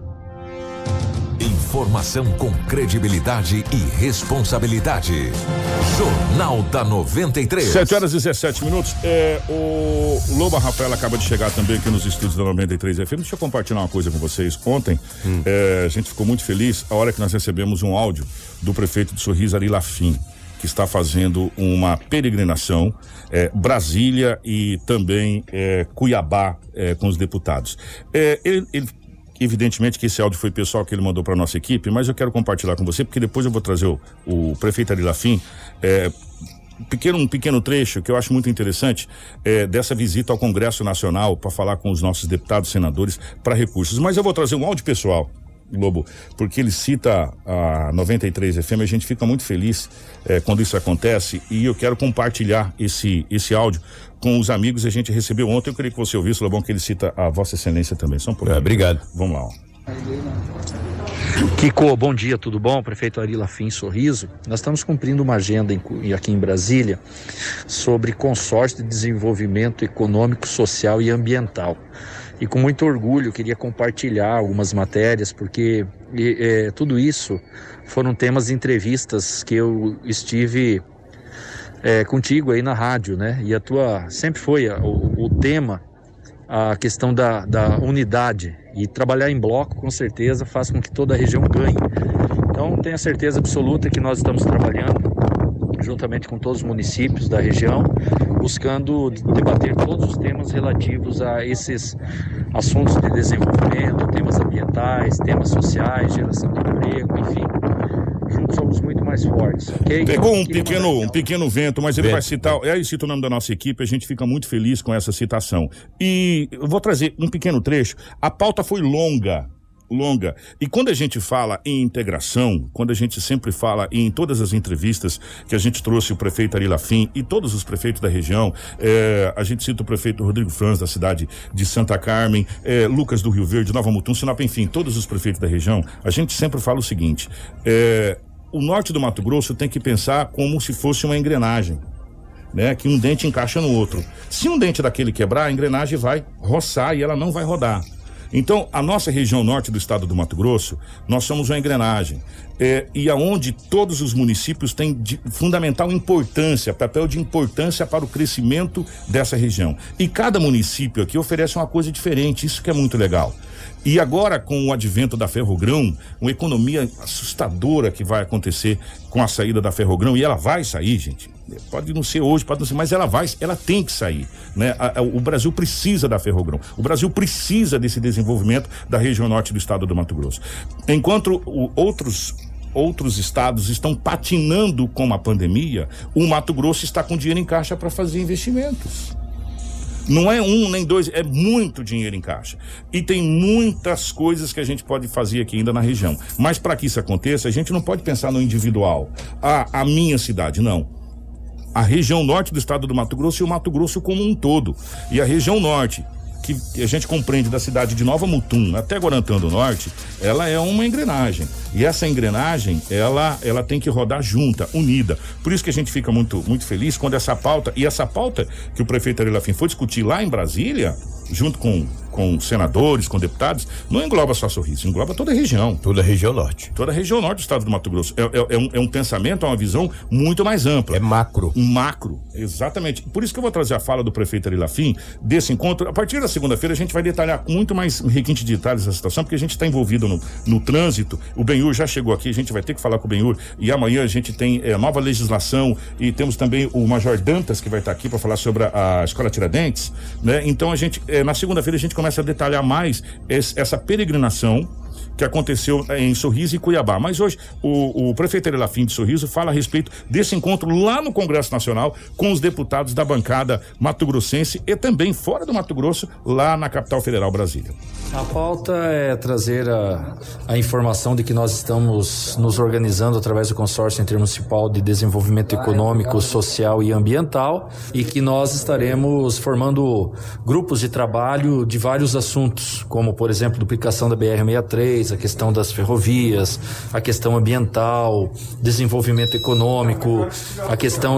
Informação com credibilidade e responsabilidade. Jornal da 93. 7h17. O Loba Rafael acaba de chegar também aqui nos estúdios da 93 FM. Deixa eu compartilhar uma coisa com vocês. Ontem, a gente ficou muito feliz a hora que nós recebemos um áudio do prefeito de Sorriso, Ari Lafim, que está fazendo uma peregrinação, Brasília e também Cuiabá, com os deputados. Evidentemente que esse áudio foi pessoal que ele mandou para nossa equipe, mas eu quero compartilhar com você, porque depois eu vou trazer o prefeito Ari Lafim, um pequeno trecho que eu acho muito interessante, dessa visita ao Congresso Nacional para falar com os nossos deputados, senadores para recursos. Mas eu vou trazer um áudio pessoal, Lobo, porque ele cita a 93 FM, a gente fica muito feliz quando isso acontece, e eu quero compartilhar esse áudio com os amigos. A gente recebeu ontem, eu queria que você ouvisse, Lobão, que ele cita a Vossa Excelência também. Só um pouquinho. Obrigado. Vamos lá, ó. Kiko, bom dia, tudo bom? Prefeito Ari Lafim, Sorriso. Nós estamos cumprindo uma agenda aqui em Brasília sobre consórcio de desenvolvimento econômico, social e ambiental. E com muito orgulho queria compartilhar algumas matérias, porque tudo isso foram temas de entrevistas que eu estive contigo aí na rádio, né? E sempre foi o tema, a questão da unidade, e trabalhar em bloco com certeza faz com que toda a região ganhe. Então tenho a certeza absoluta que nós estamos trabalhando juntamente com todos os municípios da região, buscando debater todos os temas relativos a esses assuntos de desenvolvimento, temas ambientais, temas sociais, geração de emprego, enfim. Juntos somos muito mais fortes. Okay? Pegou um pequeno vento, mas ele vai citar, aí cita o nome da nossa equipe, a gente fica muito feliz com essa citação. E eu vou trazer um pequeno trecho. A pauta foi longa, longa. E quando a gente fala em integração, quando a gente sempre fala em todas as entrevistas que a gente trouxe o prefeito Ari Lafim e todos os prefeitos da região, a gente cita o prefeito Rodrigo Franz da cidade de Santa Carmen, Lucas do Rio Verde, Nova Mutum, Sinop, enfim, todos os prefeitos da região, a gente sempre fala o seguinte, o norte do Mato Grosso tem que pensar como se fosse uma engrenagem, né? Que um dente encaixa no outro. Se um dente daquele quebrar, a engrenagem vai roçar e ela não vai rodar. Então, a nossa região norte do estado do Mato Grosso, nós somos uma engrenagem, e aonde todos os municípios têm fundamental importância, papel de importância para o crescimento dessa região. E cada município aqui oferece uma coisa diferente, isso que é muito legal. E agora, com o advento da Ferrogrão, uma economia assustadora que vai acontecer com a saída da Ferrogrão, e ela vai sair, gente. Pode não ser hoje, pode não ser, mas ela tem que sair, né? O Brasil precisa da Ferrogrão. O Brasil precisa desse desenvolvimento da região norte do estado do Mato Grosso. Enquanto outros estados estão patinando com a pandemia, o Mato Grosso está com dinheiro em caixa para fazer investimentos. Não é um nem dois, é muito dinheiro em caixa. E tem muitas coisas que a gente pode fazer aqui ainda na região. Mas para que isso aconteça, a gente não pode pensar no individual. A minha cidade, não. A região norte do estado do Mato Grosso e o Mato Grosso como um todo. E a região norte, que a gente compreende da cidade de Nova Mutum até Guarantã do Norte, ela é uma engrenagem. E essa engrenagem, ela tem que rodar junta, unida. Por isso que a gente fica muito, muito feliz quando essa pauta que o prefeito Ari Lafim foi discutir lá em Brasília, junto com senadores, com deputados, não engloba só Sorriso, engloba toda a região. Toda a região norte. Toda a região norte do estado do Mato Grosso. É um pensamento, é uma visão muito mais ampla. É macro. Um macro, exatamente. Por isso que eu vou trazer a fala do prefeito Ari Lafim desse encontro. A partir da segunda-feira a gente vai detalhar com muito mais requinte de detalhes essa situação, porque a gente está envolvido no trânsito. O Benhur já chegou aqui, a gente vai ter que falar com o Benhur, e amanhã a gente tem nova legislação, e temos também o Major Dantas que vai estar aqui para falar sobre a Escola Tiradentes, né? Então a gente, na segunda-feira a gente começa a detalhar mais essa peregrinação que aconteceu em Sorriso e Cuiabá. Mas hoje o prefeito Ari Lafim de Sorriso fala a respeito desse encontro lá no Congresso Nacional com os deputados da bancada mato-grossense e também fora do Mato Grosso, lá na capital federal, Brasília. A pauta é trazer a informação de que nós estamos nos organizando através do Consórcio Intermunicipal de Desenvolvimento Econômico, Social e Ambiental, e que nós estaremos formando grupos de trabalho de vários assuntos, como, por exemplo, duplicação da BR-63, a questão das ferrovias, a questão ambiental, desenvolvimento econômico, a questão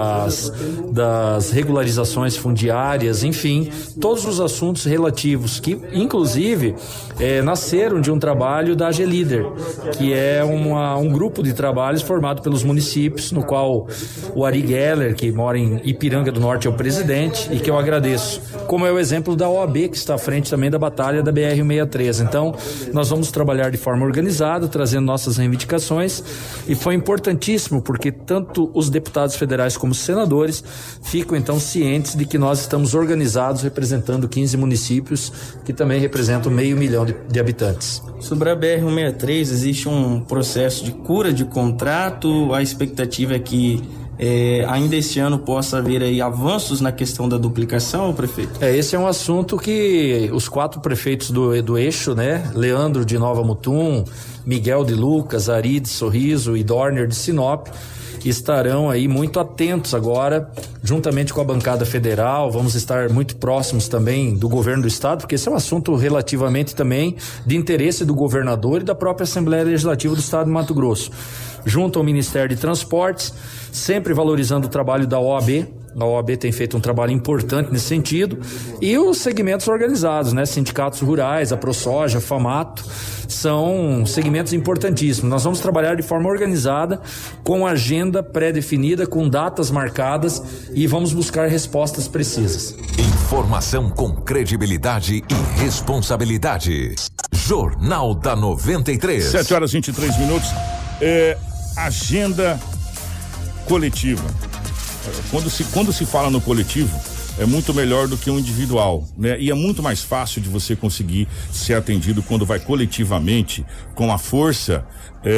das regularizações fundiárias, enfim, todos os assuntos relativos que, inclusive, nasceram de um trabalho da AGLíder, que é um grupo de trabalhos formado pelos municípios, no qual o Ari Geller, que mora em Ipiranga do Norte, é o presidente, e que eu agradeço, como é o exemplo da OAB, que está à frente também da batalha da BR-63. Então, nós vamos trabalhar de forma organizada, trazendo nossas reivindicações, e foi importantíssimo porque tanto os deputados federais como os senadores ficam então cientes de que nós estamos organizados representando 15 municípios que também representam 500 mil de habitantes. Sobre a BR-163, existe um processo de cura de contrato, a expectativa é que ainda esse ano possa haver aí avanços na questão da duplicação, prefeito? Esse é um assunto que os 4 prefeitos do eixo, né? Leandro de Nova Mutum, Miguel de Lucas, Ari de Sorriso e Dorner de Sinop, estarão aí muito atentos agora, juntamente com a bancada federal. Vamos estar muito próximos também do governo do estado, porque esse é um assunto relativamente também de interesse do governador e da própria Assembleia Legislativa do estado de Mato Grosso, junto ao Ministério de Transportes, sempre valorizando o trabalho da OAB. A OAB tem feito um trabalho importante nesse sentido, e os segmentos organizados, né? Sindicatos rurais, a ProSoja, a FAMATO, são segmentos importantíssimos. Nós vamos trabalhar de forma organizada, com agenda pré-definida, com datas marcadas, e vamos buscar respostas precisas. Informação com credibilidade e responsabilidade. Jornal da 93. 7h23. Agenda coletiva. Quando se fala no coletivo, é muito melhor do que um individual, né? E é muito mais fácil de você conseguir ser atendido quando vai coletivamente, com a força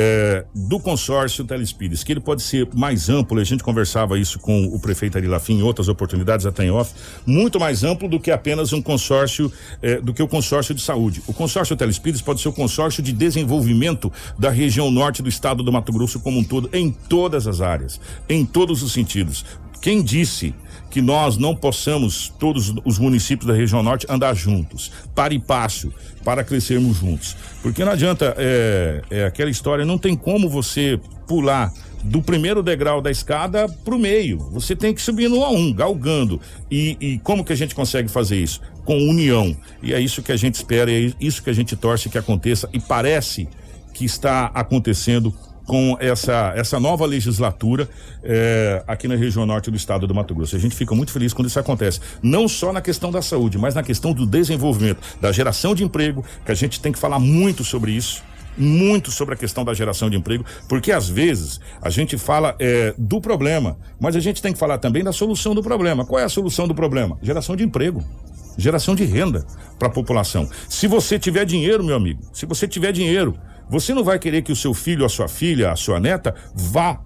do consórcio Telespires, que ele pode ser mais amplo. A gente conversava isso com o prefeito Ari Lafim em outras oportunidades, até em off, muito mais amplo do que apenas um consórcio, do que o consórcio de saúde. O consórcio Telespires pode ser o consórcio de desenvolvimento da região norte do estado do Mato Grosso como um todo, em todas as áreas, em todos os sentidos. Quem disse que nós não possamos, todos os municípios da região norte, andar juntos, para e passo, para crescermos juntos? Porque não adianta, aquela história, não tem como você pular do primeiro degrau da escada pro meio. Você tem que subir no A1, galgando. E como que a gente consegue fazer isso? Com união. E é isso que a gente espera, é isso que a gente torce que aconteça, e parece que está acontecendo com essa nova legislatura aqui na região norte do estado do Mato Grosso. A gente fica muito feliz quando isso acontece, não só na questão da saúde, mas na questão do desenvolvimento, da geração de emprego, que a gente tem que falar muito sobre isso, muito sobre a questão da geração de emprego, porque às vezes a gente fala do problema, mas a gente tem que falar também da solução do problema. Qual é a solução do problema? Geração de emprego, geração de renda para a população. Se você tiver dinheiro, meu amigo, se você tiver dinheiro, você não vai querer que o seu filho, a sua filha, a sua neta vá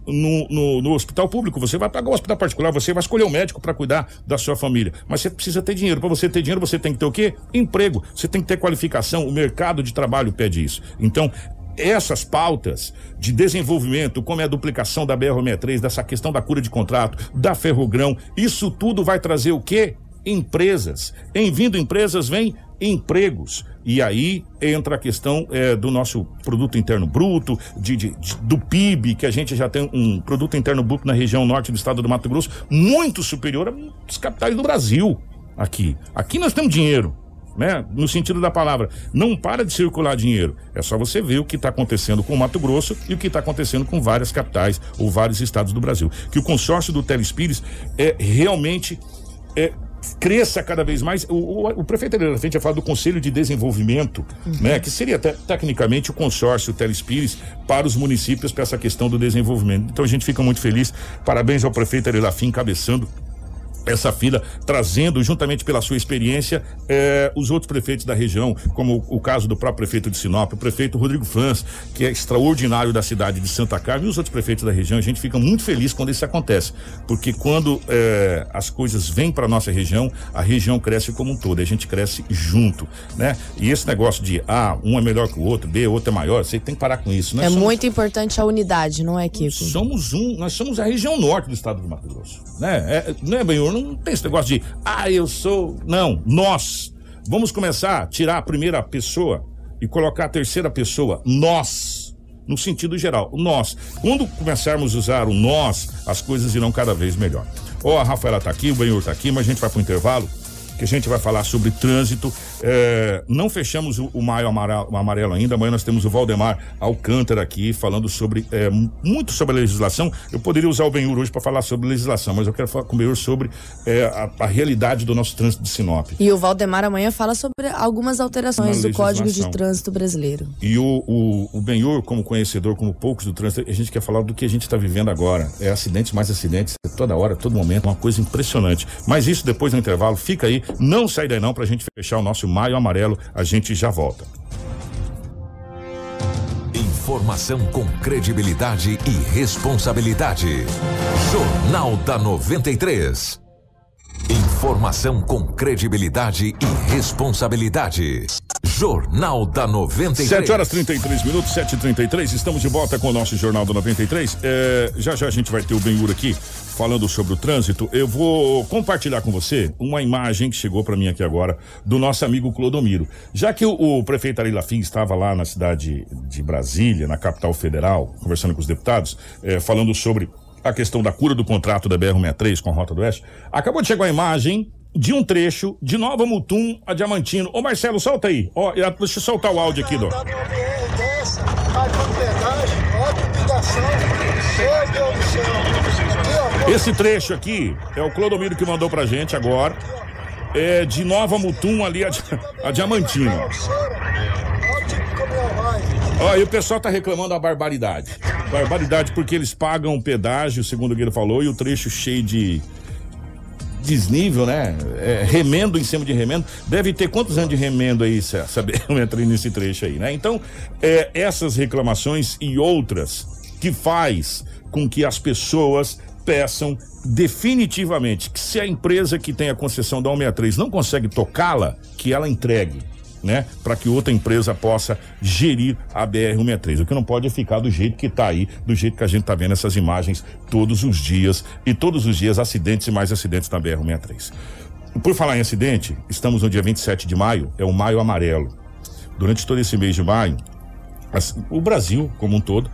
no hospital público. Você vai pagar o hospital particular, você vai escolher um médico para cuidar da sua família. Mas você precisa ter dinheiro. Para você ter dinheiro, você tem que ter o quê? Emprego. Você tem que ter qualificação. O mercado de trabalho pede isso. Então, essas pautas de desenvolvimento, como é a duplicação da BR-63, dessa questão da cura de contrato, da Ferrogrão, isso tudo vai trazer o quê? Empresas. Em vindo empresas, vem empregos. E aí entra a questão do nosso produto interno bruto, do PIB, que a gente já tem um produto interno bruto na região norte do estado do Mato Grosso muito superior às capitais do Brasil. Aqui nós temos dinheiro, né? No sentido da palavra, não para de circular dinheiro. É só você ver o que está acontecendo com o Mato Grosso e o que está acontecendo com várias capitais ou vários estados do Brasil. Que o consórcio do Telespires realmente cresça cada vez mais. O prefeito Ari Lafim tinha falado do Conselho de Desenvolvimento, né? Que seria tecnicamente o consórcio Telespires para os municípios, para essa questão do desenvolvimento. Então a gente fica muito feliz. Parabéns ao prefeito Ari Lafim encabeçando essa fila, trazendo juntamente pela sua experiência os outros prefeitos da região, como o caso do próprio prefeito de Sinop, o prefeito Rodrigo Franz, que é extraordinário da cidade de Santa Carmen, e os outros prefeitos da região. A gente fica muito feliz quando isso acontece, porque quando as coisas vêm para nossa região, a região cresce como um todo, a gente cresce junto, né? E esse negócio de um é melhor que o outro, B, o outro é maior, você tem que parar com isso. Muito importante a unidade, não é, Kiko? Nós somos a região norte do estado do Mato Grosso, né? Né, Benhur? Não tem esse negócio de, eu sou. Não, nós. Vamos começar a tirar a primeira pessoa e colocar a terceira pessoa, nós, no sentido geral, nós. Quando começarmos a usar o nós, as coisas irão cada vez melhor. A Rafaela tá aqui, o Benhur tá aqui, mas a gente vai pro intervalo, que a gente vai falar sobre trânsito. Não fechamos o Maio Amarelo ainda. Amanhã nós temos o Valdemar Alcântara aqui falando sobre muito sobre a legislação. Eu poderia usar o Benhur hoje para falar sobre legislação, mas eu quero falar com o Benhur sobre a realidade do nosso trânsito de Sinop. E o Valdemar amanhã fala sobre algumas alterações do Código de Trânsito Brasileiro. E o Benhur, como conhecedor, como poucos do trânsito, a gente quer falar do que a gente está vivendo agora. Acidentes, mais acidentes, toda hora, todo momento, uma coisa impressionante. Mas isso depois do intervalo, fica aí. Não sai daí não, pra gente fechar o nosso Maio Amarelo, a gente já volta. Informação com credibilidade e responsabilidade. Jornal da 93. Informação com credibilidade e responsabilidade. Jornal da 93. 7h33, 7h33, estamos de volta com o nosso Jornal da 93. Já a gente vai ter o Benhur aqui falando sobre o trânsito. Eu vou compartilhar com você uma imagem que chegou para mim aqui agora do nosso amigo Clodomiro. Já que o prefeito Ari Lafim estava lá na cidade de Brasília, na capital federal, conversando com os deputados, falando sobre a questão da cura do contrato da BR-63 com a Rota do Oeste, acabou de chegar a imagem de um trecho de Nova Mutum a Diamantino. Ô Marcelo, solta aí. Deixa eu soltar o áudio aqui, Esse trecho aqui é o Clodomiro que mandou pra gente agora. É de Nova Mutum ali a Diamantino. E o pessoal tá reclamando da barbaridade. Barbaridade porque eles pagam pedágio, segundo o que ele falou, e o trecho cheio de desnível, né? Remendo em cima de remendo. Deve ter quantos anos de remendo aí, saber? Eu entrei nesse trecho aí, né? Então, essas reclamações e outras que faz com que as pessoas peçam definitivamente que se a empresa que tem a concessão da 163 não consegue tocá-la, que ela entregue, né? Para que outra empresa possa gerir a BR-163. O que não pode é ficar do jeito que tá aí, do jeito que a gente tá vendo essas imagens todos os dias, e todos os dias acidentes e mais acidentes na BR-163. Por falar em acidente, estamos no dia 27 de maio, é o Maio Amarelo. Durante todo esse mês de maio, o Brasil, como um todo,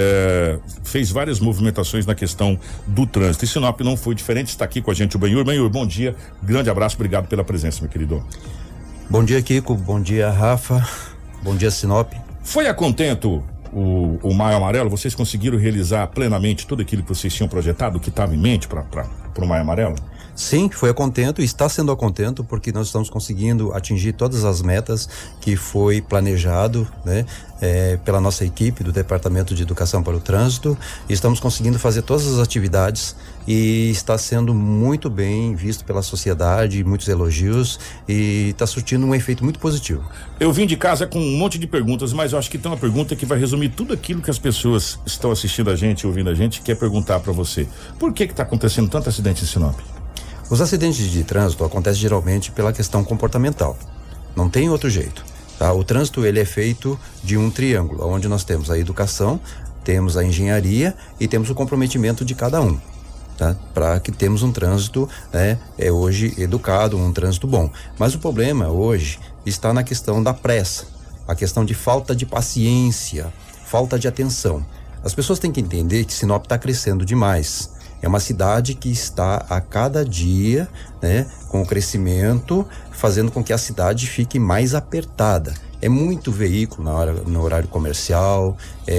fez várias movimentações na questão do trânsito. E Sinop não foi diferente. Está aqui com a gente o Benhur. Benhur, bom dia, grande abraço, obrigado pela presença, meu querido. Bom dia, Kiko, bom dia, Rafa, bom dia, Sinop. Foi a contento o Maio Amarelo? Vocês conseguiram realizar plenamente tudo aquilo que vocês tinham projetado, o que estava em mente para o Maio Amarelo? Sim, foi a contento e está sendo a contento, porque nós estamos conseguindo atingir todas as metas que foi planejado, né? Pela nossa equipe do Departamento de Educação para o Trânsito, e estamos conseguindo fazer todas as atividades e está sendo muito bem visto pela sociedade, muitos elogios, e está surtindo um efeito muito positivo. Eu vim de casa com um monte de perguntas, mas eu acho que tem uma pergunta que vai resumir tudo aquilo que as pessoas estão assistindo a gente, ouvindo a gente, quer perguntar para você. Por que está acontecendo tanto acidente em Sinop? Os acidentes de trânsito acontecem geralmente pela questão comportamental. Não tem outro jeito. Tá? O trânsito ele é feito de um triângulo, onde nós temos a educação, temos a engenharia e temos o comprometimento de cada um. Tá? Para que temos um trânsito hoje educado, um trânsito bom. Mas o problema hoje está na questão da pressa, a questão de falta de paciência, falta de atenção. As pessoas têm que entender que Sinop está crescendo demais. É uma cidade que está a cada dia, né, com o crescimento, fazendo com que a cidade fique mais apertada. É muito veículo no horário comercial,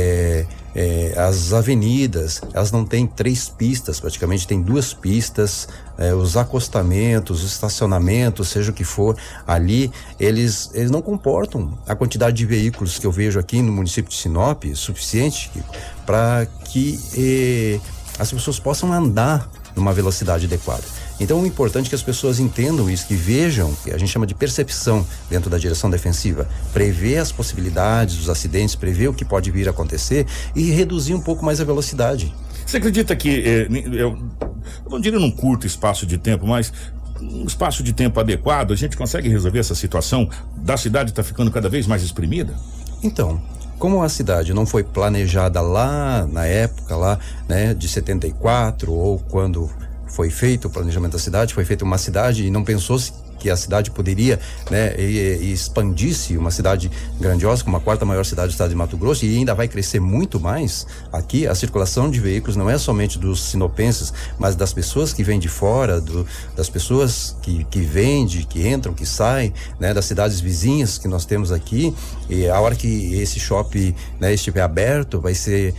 as avenidas, elas não têm 3 pistas, praticamente tem 2 pistas, os acostamentos, os estacionamentos, seja o que for, ali, eles não comportam a quantidade de veículos que eu vejo aqui no município de Sinop, suficiente para que as pessoas possam andar numa velocidade adequada. Então, o importante é que as pessoas entendam isso, que vejam, que a gente chama de percepção dentro da direção defensiva, prever as possibilidades dos acidentes, prever o que pode vir a acontecer e reduzir um pouco mais a velocidade. Você acredita que, eu não diria num curto espaço de tempo, mas um espaço de tempo adequado, a gente consegue resolver essa situação da cidade estar ficando cada vez mais espremida? Então, como a cidade não foi planejada lá na época né, de 74, ou quando foi feito o planejamento da cidade, foi feita uma cidade e não pensou-se que a cidade poderia, né, e expandisse uma cidade grandiosa, como a 4ª maior cidade do estado de Mato Grosso, e ainda vai crescer muito mais. Aqui a circulação de veículos não é somente dos sinopenses, mas das pessoas que vêm de fora, das pessoas que vendem, que entram, que saem, né, das cidades vizinhas que nós temos aqui. E a hora que esse shopping, né, estiver aberto, vai ser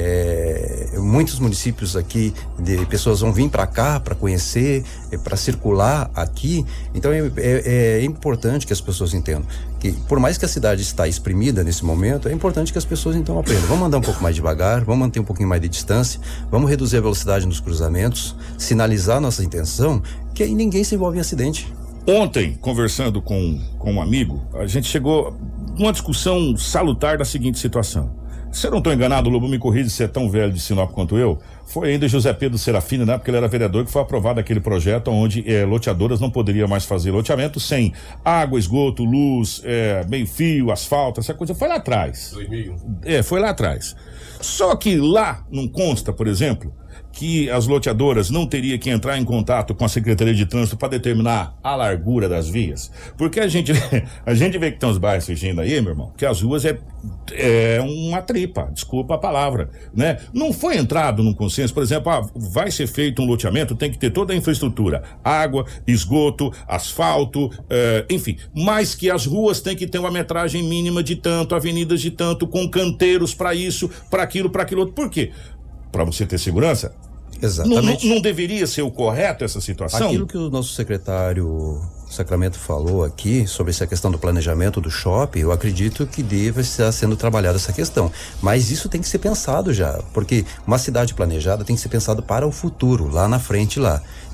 muitos municípios aqui de pessoas vão vir para cá para conhecer, para circular aqui. Então é importante que as pessoas entendam que, por mais que a cidade está exprimida nesse momento, é importante que as pessoas então aprendam. Vamos andar um pouco mais devagar, vamos manter um pouquinho mais de distância, vamos reduzir a velocidade nos cruzamentos, sinalizar nossa intenção, que aí ninguém se envolve em acidente. Ontem, conversando com um amigo, a gente chegou numa discussão salutar da seguinte situação. Se eu não estou enganado, o Lobo me corrige se é tão velho de Sinop quanto eu, foi ainda José Pedro Serafini, né? Porque ele era vereador, que foi aprovado aquele projeto onde loteadoras não poderiam mais fazer loteamento sem água, esgoto, luz, meio-fio, asfalto, essa coisa. Foi lá atrás. 2001. Foi lá atrás. Só que lá não consta, por exemplo, que as loteadoras não teriam que entrar em contato com a Secretaria de Trânsito para determinar a largura das vias. Porque a gente vê que tem uns bairros surgindo aí, meu irmão, que as ruas é uma tripa, desculpa a palavra, né? Não foi entrado num consenso, por exemplo, vai ser feito um loteamento, tem que ter toda a infraestrutura, água, esgoto, asfalto, enfim, mas que as ruas têm que ter uma metragem mínima de tanto, avenidas de tanto, com canteiros para isso, para aquilo outro. Por quê? Para você ter segurança? Exatamente. Não deveria ser o correto essa situação? Aquilo que o nosso secretário Sacramento falou aqui sobre essa questão do planejamento do shopping, eu acredito que deva estar sendo trabalhada essa questão, mas isso tem que ser pensado já, porque uma cidade planejada tem que ser pensado para o futuro, lá na frente lá.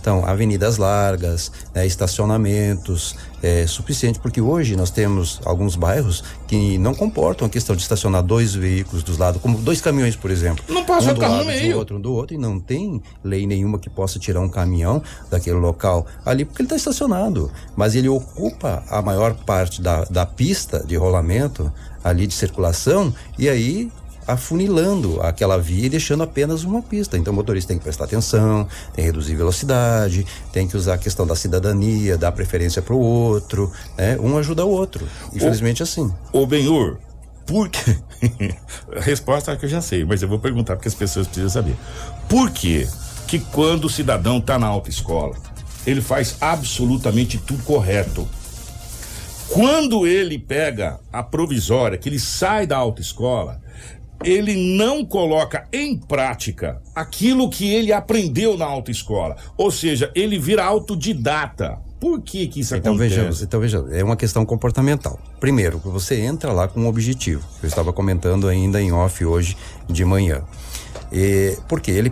Então, avenidas largas, né, estacionamentos, suficiente, porque hoje nós temos alguns bairros que não comportam a questão de estacionar 2 veículos dos lados, como 2 caminhões, por exemplo. Não passa o carro no meio. Um do outro, e não tem lei nenhuma que possa tirar um caminhão daquele local ali, porque ele está estacionado. Mas ele ocupa a maior parte da pista de rolamento ali de circulação, e aí afunilando aquela via e deixando apenas uma pista. Então o motorista tem que prestar atenção, tem que reduzir velocidade, tem que usar a questão da cidadania, dar preferência para o outro, né? Um ajuda o outro. Infelizmente assim. Ô Benhur, por quê? A resposta é que eu já sei, mas eu vou perguntar porque as pessoas precisam saber. Por quê que quando o cidadão está na autoescola, ele faz absolutamente tudo correto? Quando ele pega a provisória, que ele sai da autoescola, ele não coloca em prática aquilo que ele aprendeu na autoescola. Ou seja, ele vira autodidata. Por que isso acontece? Então vejamos, é uma questão comportamental. Primeiro, você entra lá com um objetivo. Eu estava comentando ainda em off hoje de manhã. Porque ele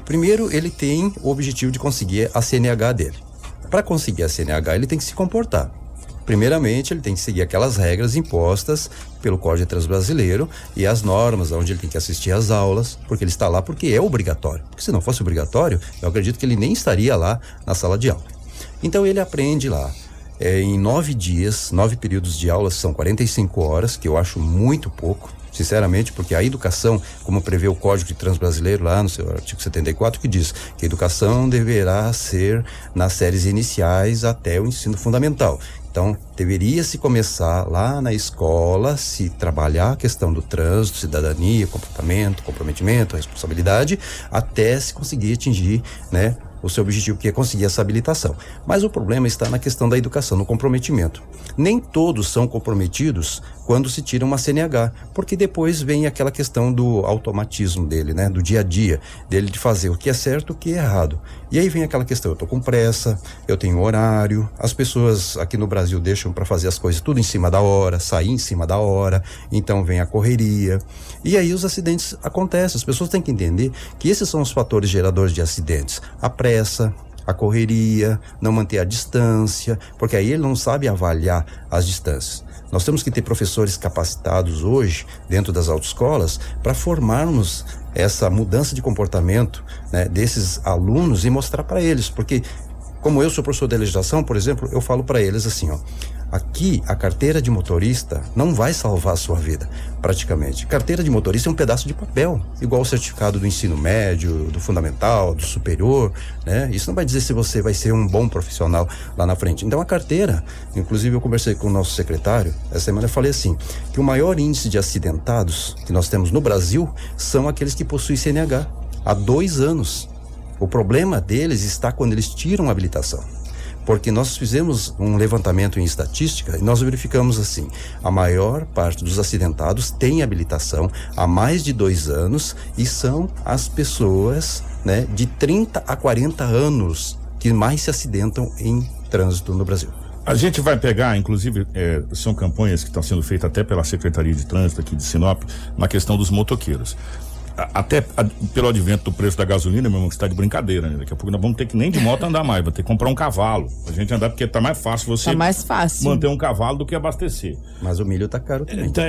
tem o objetivo de conseguir a CNH dele. Para conseguir a CNH, ele tem que se comportar. Primeiramente, ele tem que seguir aquelas regras impostas pelo Código de Trânsito Brasileiro e as normas, onde ele tem que assistir às aulas, porque ele está lá porque é obrigatório. Porque se não fosse obrigatório, eu acredito que ele nem estaria lá na sala de aula. Então ele aprende lá. Em 9 dias, 9 períodos de aula, são 45 horas, que eu acho muito pouco, sinceramente, porque a educação, como prevê o Código de Trânsito Brasileiro lá no seu artigo 74, que diz que a educação deverá ser nas séries iniciais até o ensino fundamental. Então, deveria se começar lá na escola, se trabalhar a questão do trânsito, cidadania, comportamento, comprometimento, responsabilidade, até se conseguir atingir, né, o seu objetivo, que é conseguir essa habilitação. Mas o problema está na questão da educação, no comprometimento. Nem todos são comprometidos quando se tira uma CNH, porque depois vem aquela questão do automatismo dele, né? Do dia a dia, dele de fazer o que é certo, o que é errado. E aí vem aquela questão, eu tô com pressa, eu tenho horário, as pessoas aqui no Brasil deixam para fazer as coisas tudo em cima da hora, sair em cima da hora, então vem a correria. E aí os acidentes acontecem, as pessoas têm que entender que esses são os fatores geradores de acidentes. A pressa, a correria, não manter a distância, porque aí ele não sabe avaliar as distâncias. Nós temos que ter professores capacitados hoje, dentro das autoescolas, para formarmos essa mudança de comportamento, né, desses alunos e mostrar para eles, porque como eu sou professor de legislação, por exemplo, eu falo para eles assim, ó, aqui a carteira de motorista não vai salvar a sua vida, praticamente. Carteira de motorista é um pedaço de papel, igual o certificado do ensino médio, do fundamental, do superior, né? Isso não vai dizer se você vai ser um bom profissional lá na frente. Então a carteira, inclusive eu conversei com o nosso secretário, essa semana eu falei assim, que o maior índice de acidentados que nós temos no Brasil são aqueles que possuem CNH há 2 anos. O problema deles está quando eles tiram a habilitação. Porque nós fizemos um levantamento em estatística e nós verificamos assim, a maior parte dos acidentados tem habilitação há mais de 2 anos e são as pessoas, né, de 30 a 40 anos que mais se acidentam em trânsito no Brasil. A gente vai pegar, inclusive, são campanhas que estão sendo feitas até pela Secretaria de Trânsito aqui de Sinop, na questão dos motoqueiros. Até pelo advento do preço da gasolina, meu irmão, que está de brincadeira, né? Daqui a pouco nós vamos ter que nem de moto andar mais, vai ter que comprar um cavalo pra gente andar, porque tá mais fácil você manter um cavalo do que abastecer. Mas o milho tá caro também. Então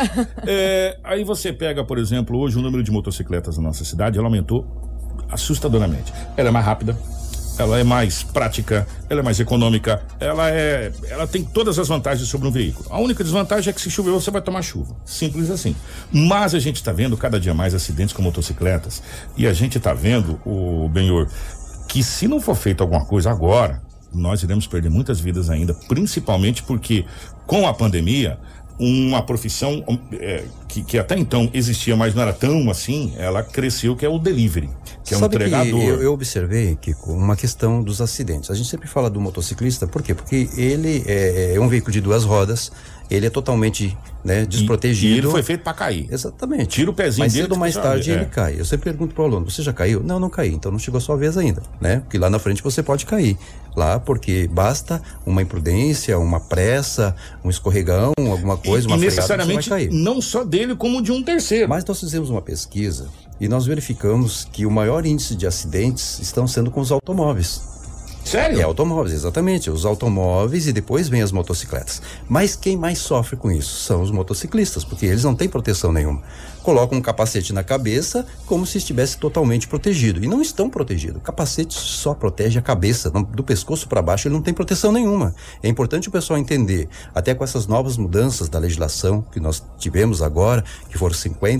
aí você pega, por exemplo, hoje o número de motocicletas na nossa cidade, ela aumentou assustadoramente. Ela é mais rápida, ela é mais prática, ela é mais econômica, ela tem todas as vantagens sobre um veículo. A única desvantagem é que se chover você vai tomar chuva, simples assim. Mas a gente está vendo cada dia mais acidentes com motocicletas e a gente está vendo, o Benhur, que se não for feito alguma coisa agora, nós iremos perder muitas vidas ainda, principalmente porque com a pandemia, uma profissão que até então existia, mas não era tão assim, ela cresceu, que é o delivery, que é um entregador. Eu observei que com uma questão dos acidentes, a gente sempre fala do motociclista, por quê? Porque ele é um veículo de 2 rodas, ele é totalmente, né, desprotegido. E ele foi feito para cair. Exatamente. Tira o pezinho mas dele. Mas cedo ou mais tarde ele cai. Eu sempre pergunto pro aluno, você já caiu? Não, não caí, então não chegou a sua vez ainda, né? Porque lá na frente você pode cair. Lá, porque basta uma imprudência, uma pressa, um escorregão, alguma coisa, uma freada, necessariamente você vai cair. Não só dele, como de um terceiro. Mas nós fizemos uma pesquisa e nós verificamos que o maior índice de acidentes estão sendo com os automóveis. Sério? É automóveis, exatamente. Os automóveis e depois vem as motocicletas. Mas quem mais sofre com isso são os motociclistas, porque eles não têm proteção nenhuma. Colocam um capacete na cabeça como se estivesse totalmente protegido. E não estão protegidos. O capacete só protege a cabeça. Do pescoço para baixo ele não tem proteção nenhuma. É importante o pessoal entender, até com essas novas mudanças da legislação que nós tivemos agora, que foram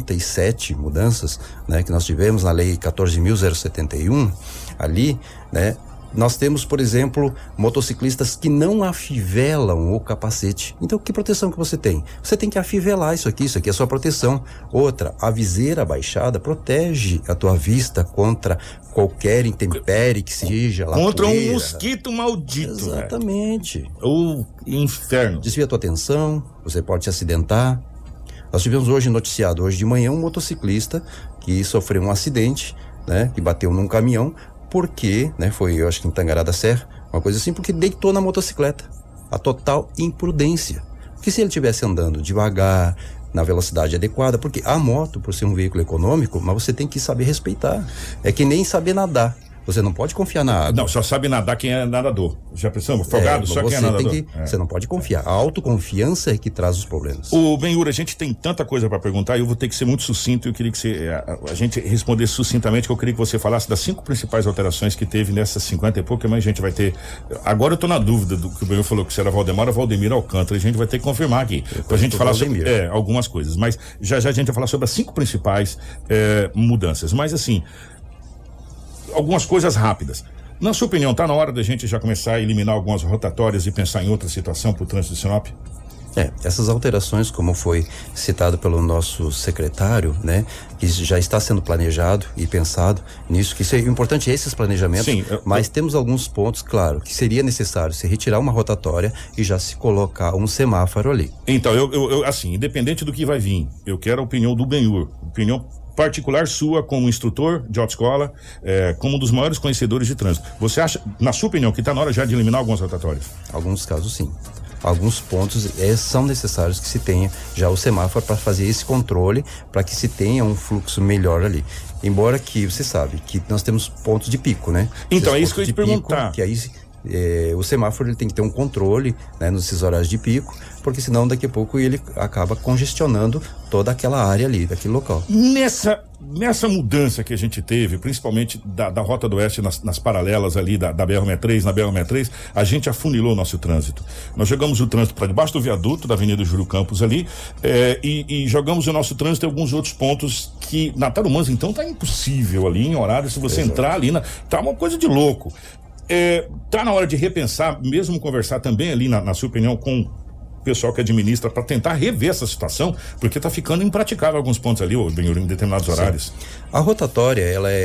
57 mudanças, né, que nós tivemos na lei 14.071, ali, né, nós temos, por exemplo, motociclistas que não afivelam o capacete. Então, que proteção que você tem? Você tem que afivelar isso aqui é a sua proteção. Outra, a viseira baixada protege a tua vista contra qualquer intempérie que seja lá. Contra um mosquito maldito. Exatamente. O inferno. Desvia a tua atenção, você pode se acidentar. Nós tivemos hoje noticiado, hoje de manhã, um motociclista que sofreu um acidente, né, que bateu num caminhão, porque, né, foi, eu acho que em Tangará da Serra, uma coisa assim, porque deitou na motocicleta. A total imprudência. Porque se ele estivesse andando devagar, na velocidade adequada, porque a moto, por ser um veículo econômico, mas você tem que saber respeitar. É que nem saber nadar. Você não pode confiar na água. Não, só sabe nadar quem é nadador. Já pensamos? Folgado, só quem é nadador. Você não pode confiar. A autoconfiança é que traz os problemas. O Benhur, a gente tem tanta coisa para perguntar e eu vou ter que ser muito sucinto e eu queria que a gente respondesse sucintamente, que eu queria que você falasse das 5 principais alterações que teve nessas 50 e pouco, mas a gente vai ter... Agora eu tô na dúvida do que o Benhur falou, que se era Valdemar ou Valdemir Alcântara, a gente vai ter que confirmar aqui, pra gente falar sobre algumas coisas, mas já a gente vai falar sobre as 5 principais mudanças, mas assim, algumas coisas rápidas. Na sua opinião, tá na hora da gente já começar a eliminar algumas rotatórias e pensar em outra situação para o trânsito de Sinop? Essas alterações, como foi citado pelo nosso secretário, né, que já está sendo planejado e pensado nisso, que é importante esses planejamentos. Sim, mas temos alguns pontos, claro, que seria necessário se retirar uma rotatória e já se colocar um semáforo ali. Então, eu assim, independente do que vai vir, eu quero a opinião do Benhur, opinião particular sua como instrutor de autoescola, como um dos maiores conhecedores de trânsito. Você acha, na sua opinião, que está na hora já de eliminar algumas rotatórias? Alguns casos, sim. Alguns pontos são necessários que se tenha já o semáforo para fazer esse controle, para que se tenha um fluxo melhor ali. Embora que você sabe que nós temos pontos de pico, né? Então, é isso que eu ia te perguntar. Que aí o semáforo ele tem que ter um controle, né, nesses horários de pico, porque senão daqui a pouco ele acaba congestionando toda aquela área ali, daquele local. Nessa mudança que a gente teve, principalmente da Rota do Oeste nas paralelas ali da BR-63, na BR-63, a gente afunilou o nosso trânsito. Nós jogamos o trânsito para debaixo do viaduto da Avenida Júlio Campos ali, e jogamos o nosso trânsito em alguns outros pontos que na Tarumãs, então, tá impossível ali em horário, se você entrar ali, tá uma coisa de louco. Tá na hora de repensar, mesmo conversar também ali, na sua opinião, com o pessoal que administra, para tentar rever essa situação, porque tá ficando impraticável alguns pontos ali, em determinados horários. A rotatória,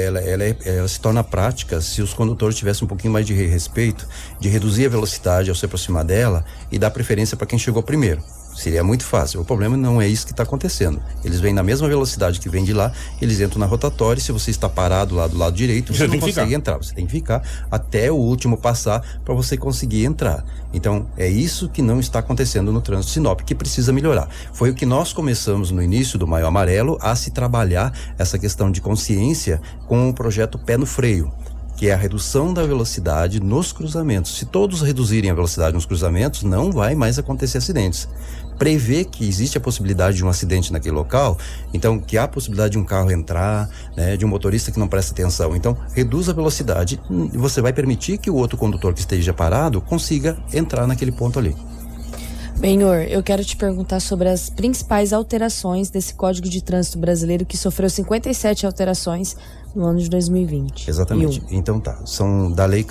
ela se torna prática se os condutores tivessem um pouquinho mais de respeito, de reduzir a velocidade ao se aproximar dela e dar preferência para quem chegou primeiro. Seria muito fácil. O problema não é isso que está acontecendo. Eles vêm na mesma velocidade que vem de lá, eles entram na rotatória, e se você está parado lá do lado direito, você não consegue entrar. Você tem que ficar até o último passar para você conseguir entrar. Então, é isso que não está acontecendo no trânsito de Sinop, que precisa melhorar. Foi o que nós começamos no início do Maio Amarelo a se trabalhar essa questão de consciência com o projeto Pé no Freio, que é a redução da velocidade nos cruzamentos. Se todos reduzirem a velocidade nos cruzamentos, não vai mais acontecer acidentes. Prevê que existe a possibilidade de um acidente naquele local, então que há a possibilidade de um carro entrar, né, de um motorista que não presta atenção. Então, reduz a velocidade e você vai permitir que o outro condutor que esteja parado consiga entrar naquele ponto ali. Benhur, eu quero te perguntar sobre as principais alterações desse Código de Trânsito Brasileiro, que sofreu 57 alterações no ano de 2020. Exatamente. Então são da Lei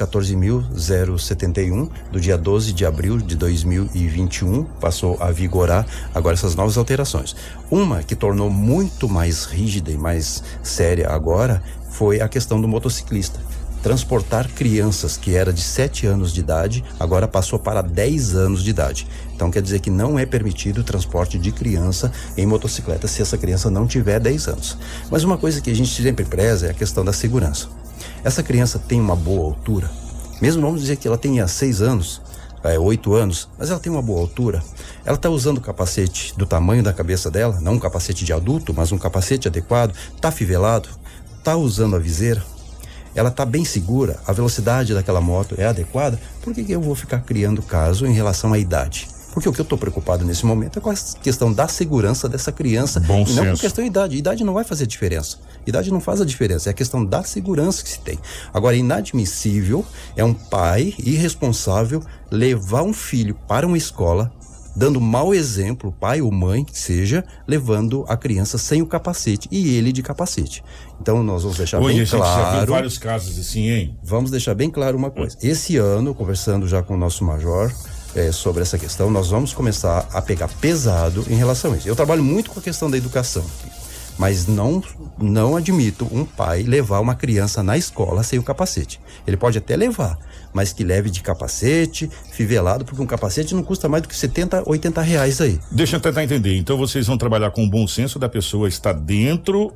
14.071, do dia 12 de abril de 2021, passou a vigorar agora essas novas alterações. Uma que tornou muito mais rígida e mais séria agora foi a questão do motociclista. Transportar crianças, que era de 7 anos de idade, agora passou para 10 anos de idade. Então quer dizer que não é permitido o transporte de criança em motocicleta se essa criança não tiver 10 anos. Mas uma coisa que a gente sempre preza é a questão da segurança. Essa criança tem uma boa altura, mesmo vamos dizer que ela tenha 6 anos, 8 anos, mas ela tem uma boa altura. Ela está usando o capacete do tamanho da cabeça dela, não um capacete de adulto, mas um capacete adequado, está fivelado, está usando a viseira. ela está bem segura, a velocidade daquela moto é adequada, por que eu vou ficar criando caso em relação à idade? Porque o que eu estou preocupado nesse momento é com a questão da segurança dessa criança. Bom e não senso. com questão de idade. Idade não vai fazer diferença. Idade não faz a diferença. É a questão da segurança que se tem. Agora, inadmissível é um pai irresponsável levar um filho para uma escola, dando mau exemplo, pai ou mãe que seja, levando a criança sem o capacete e ele de capacete. Então nós vamos deixar bem claro. A gente já viu vários casos assim, hein? Vamos deixar bem claro uma coisa. Esse ano, conversando já com o nosso major, sobre essa questão, nós vamos começar a pegar pesado em relação a isso. Eu trabalho muito com a questão da educação, mas não admito um pai levar uma criança na escola sem o capacete. Ele pode até levar, mas que leve de capacete, fivelado, porque um capacete não custa mais do que 70, 80 reais aí. Deixa eu tentar entender. Então vocês vão trabalhar com o bom senso da pessoa estar dentro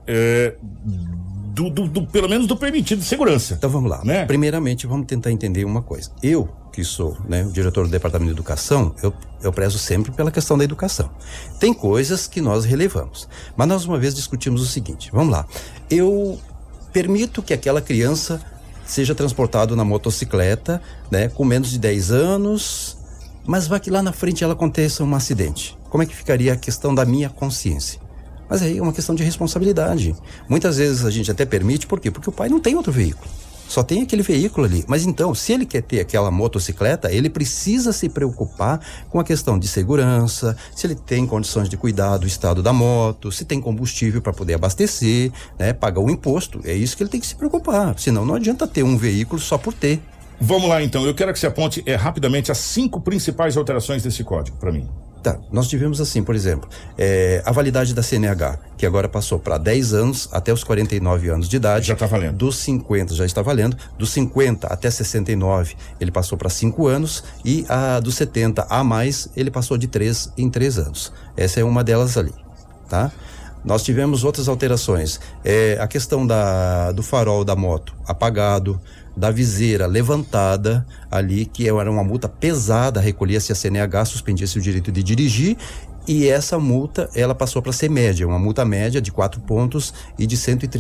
pelo menos do permitido de segurança. Então vamos lá. Né? Primeiramente, vamos tentar entender uma coisa. Eu, que sou, o diretor do Departamento de Educação, eu prezo sempre pela questão da educação. Tem coisas que nós relevamos. Mas nós uma vez discutimos o seguinte, vamos lá. Eu permito que aquela criança seja transportada na motocicleta, com menos de 10 anos, mas vai que lá na frente ela aconteça um acidente. Como é que ficaria a questão da minha consciência? Mas aí é uma questão de responsabilidade. Muitas vezes a gente até permite, por quê? Porque o pai não tem outro veículo. Só tem aquele veículo ali. Mas então, se ele quer ter aquela motocicleta, ele precisa se preocupar com a questão de segurança, se ele tem condições de cuidar do estado da moto, se tem combustível para poder abastecer, pagar o imposto. É isso que ele tem que se preocupar. Senão não adianta ter um veículo só por ter. Vamos lá então, eu quero que você aponte rapidamente as 5 principais alterações desse código para mim. Tá, nós tivemos assim, por exemplo, a validade da CNH, que agora passou para 10 anos até os 49 anos de idade. Já está valendo. Dos 50 já está valendo, dos 50 até 69 ele passou para 5 anos e dos 70 a mais ele passou de 3 em 3 anos. Essa é uma delas ali, tá? Nós tivemos outras alterações, a questão do farol da moto apagado, da viseira levantada ali, que era uma multa pesada, recolhia-se a CNH, suspendia-se o direito de dirigir, e essa multa, ela passou para ser média, uma multa média de 4 pontos e de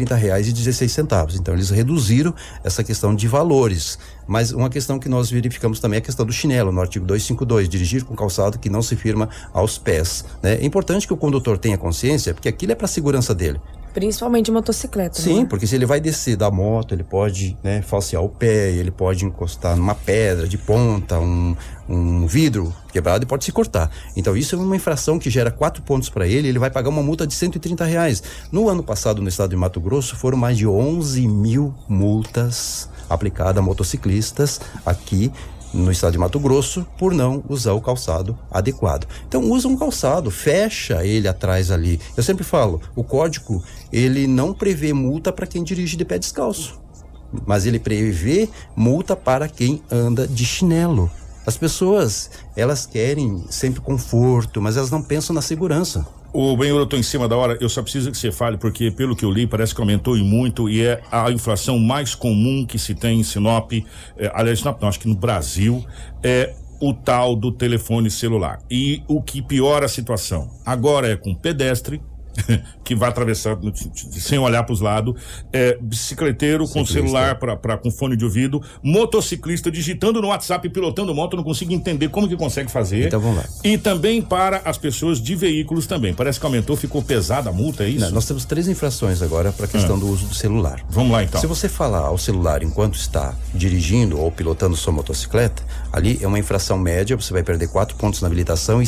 R$130,16. Então eles reduziram essa questão de valores, mas uma questão que nós verificamos também é a questão do chinelo, no artigo 252, dirigir com calçado que não se firma aos pés, É importante que o condutor tenha consciência, porque aquilo é para a segurança dele. Principalmente motocicleta. Sim, porque se ele vai descer da moto, ele pode falsear o pé, ele pode encostar numa pedra de ponta, um vidro quebrado e pode se cortar. Então isso é uma infração que gera 4 pontos para ele vai pagar uma multa de R$130. No ano passado, no estado de Mato Grosso, foram mais de 11 mil multas aplicadas a motociclistas aqui no estado de Mato Grosso por não usar o calçado adequado. Então usa um calçado, fecha ele atrás ali. Eu sempre falo, o código ele não prevê multa para quem dirige de pé descalço, mas ele prevê multa para quem anda de chinelo. As pessoas, elas querem sempre conforto, mas elas não pensam na segurança. Benhor, eu tô em cima da hora, eu só preciso que você fale, porque pelo que eu li, parece que aumentou e muito, e é a inflação mais comum que se tem em Sinop, aliás, Sinop não, acho que no Brasil, é o tal do telefone celular. E o que piora a situação, agora é com pedestre, que vai atravessar sem olhar para os lados, bicicleteiro com celular com fone de ouvido, motociclista digitando no WhatsApp, pilotando moto, não consigo entender como que consegue fazer. Então vamos lá. E também para as pessoas de veículos também. Parece que aumentou, ficou pesada a multa, é isso? Não, nós temos 3 infrações agora para a questão do uso do celular. Vamos lá então. Se você falar ao celular enquanto está dirigindo ou pilotando sua motocicleta, ali é uma infração média, você vai perder 4 pontos na habilitação e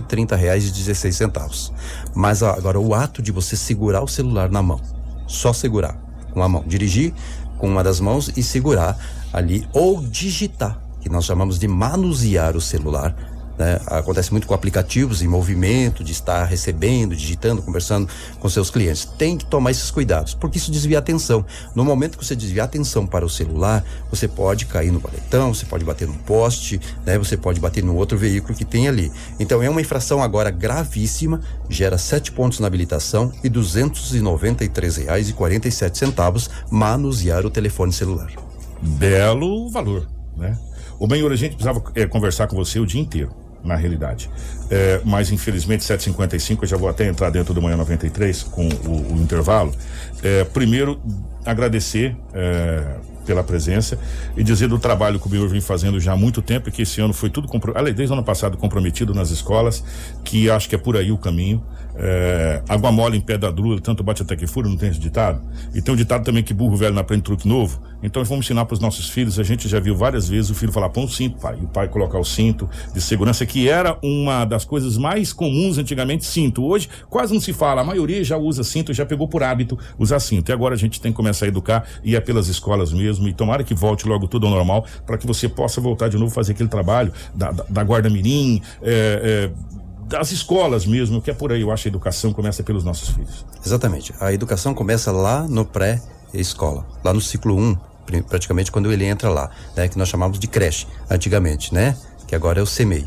R$130,16. Mas agora o ato de você segurar o celular na mão, só segurar com a mão, dirigir com uma das mãos e segurar ali, ou digitar, que nós chamamos de manusear o celular, acontece muito com aplicativos em movimento, de estar recebendo, digitando, conversando com seus clientes. Tem que tomar esses cuidados, porque isso desvia a atenção. No momento que você desviar a atenção para o celular, você pode cair no valetão, você pode bater num poste, você pode bater no outro veículo que tem ali. Então é uma infração agora gravíssima, gera 7 pontos na habilitação e R$293,47 manusear o telefone celular. Belo valor, O Benhor, a gente precisava conversar com você o dia inteiro, na realidade. Mas infelizmente 7h55, eu já vou até entrar dentro do Manhã 93 com o intervalo. Primeiro, agradecer pela presença e dizer do trabalho que o Benhur vem fazendo já há muito tempo e que esse ano foi tudo, desde o ano passado comprometido nas escolas, que acho que é por aí o caminho. Água mole em pedra dura, tanto bate até que fura, não tem esse ditado? E tem um ditado também que burro velho não aprende truque novo. Então vamos ensinar para os nossos filhos. A gente já viu várias vezes o filho falar, põe o cinto, pai, e o pai colocar o cinto de segurança, que era uma das coisas mais comuns antigamente, cinto. Hoje quase não se fala, a maioria já usa cinto, já pegou por hábito usar cinto. E agora a gente tem que começar a educar, e é pelas escolas mesmo, e tomara que volte logo tudo ao normal, para que você possa voltar de novo a fazer aquele trabalho da guarda mirim, das escolas mesmo, que é por aí. Eu acho que a educação começa pelos nossos filhos. Exatamente, a educação começa lá no pré-escola, lá no ciclo 1, praticamente quando ele entra lá, né, que nós chamávamos de creche antigamente, né, que agora é o CMEI.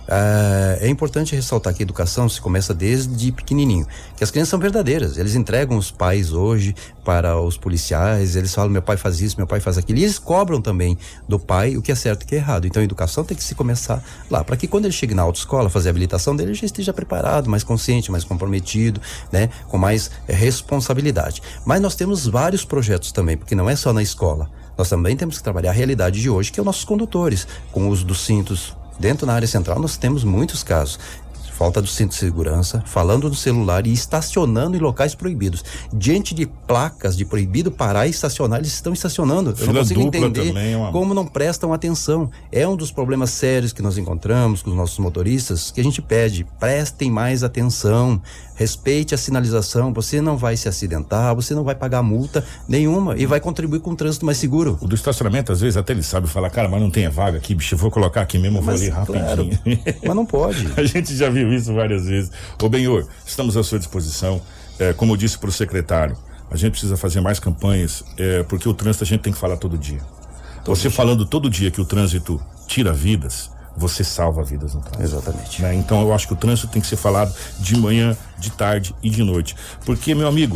É importante ressaltar que a educação se começa desde pequenininho, que as crianças são verdadeiras, eles entregam os pais hoje para os policiais, eles falam, meu pai faz isso, meu pai faz aquilo, e eles cobram também do pai o que é certo e o que é errado. Então a educação tem que se começar lá, para que quando ele chegue na autoescola, fazer a habilitação dele, ele já esteja preparado, mais consciente, mais comprometido, né, com mais responsabilidade. Mas nós temos vários projetos também, porque não é só na escola, nós também temos que trabalhar a realidade de hoje, que é os nossos condutores, com o uso dos cintos. Dentro na área central nós temos muitos casos, falta do cinto de segurança, falando no celular e estacionando em locais proibidos. Diante de placas de proibido parar e estacionar, eles estão estacionando. Eu não consigo entender como não prestam atenção. É um dos problemas sérios que nós encontramos com os nossos motoristas, que a gente pede, prestem mais atenção, respeite a sinalização, você não vai se acidentar, você não vai pagar multa nenhuma e vai contribuir com um trânsito mais seguro. O do estacionamento, às vezes, até ele sabe falar, cara, mas não tem vaga aqui, bicho, eu vou colocar aqui mesmo, eu vou ali rapidinho. Claro, mas não pode. A gente já viu isso várias vezes. Ô Benhur, estamos à sua disposição. Como eu disse para o secretário, a gente precisa fazer mais campanhas, porque o trânsito a gente tem que falar todo dia. Você falando todo dia que o trânsito tira vidas, você salva vidas no trânsito. Exatamente. Né? Então eu acho que o trânsito tem que ser falado de manhã, de tarde e de noite. Porque, meu amigo,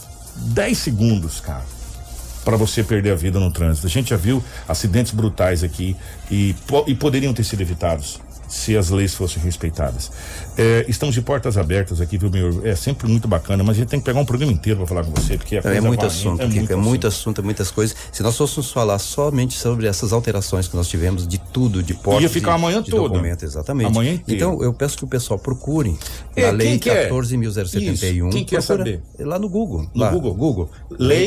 10 segundos, cara, para você perder a vida no trânsito. A gente já viu acidentes brutais aqui e poderiam ter sido evitados se as leis fossem respeitadas. Estamos de portas abertas aqui, viu, Benhur? É sempre muito bacana, mas a gente tem que pegar um programa inteiro para falar com você, porque é muito assunto, muito assunto, muitas coisas. Se nós fôssemos falar somente sobre essas alterações que nós tivemos, de tudo, de porte, ia ficar amanhã toda. Documento, exatamente. Amanhã inteira. Então, eu peço que o pessoal procure na Lei 14.071. Quem quer saber? Lá no Google. No Google. Lei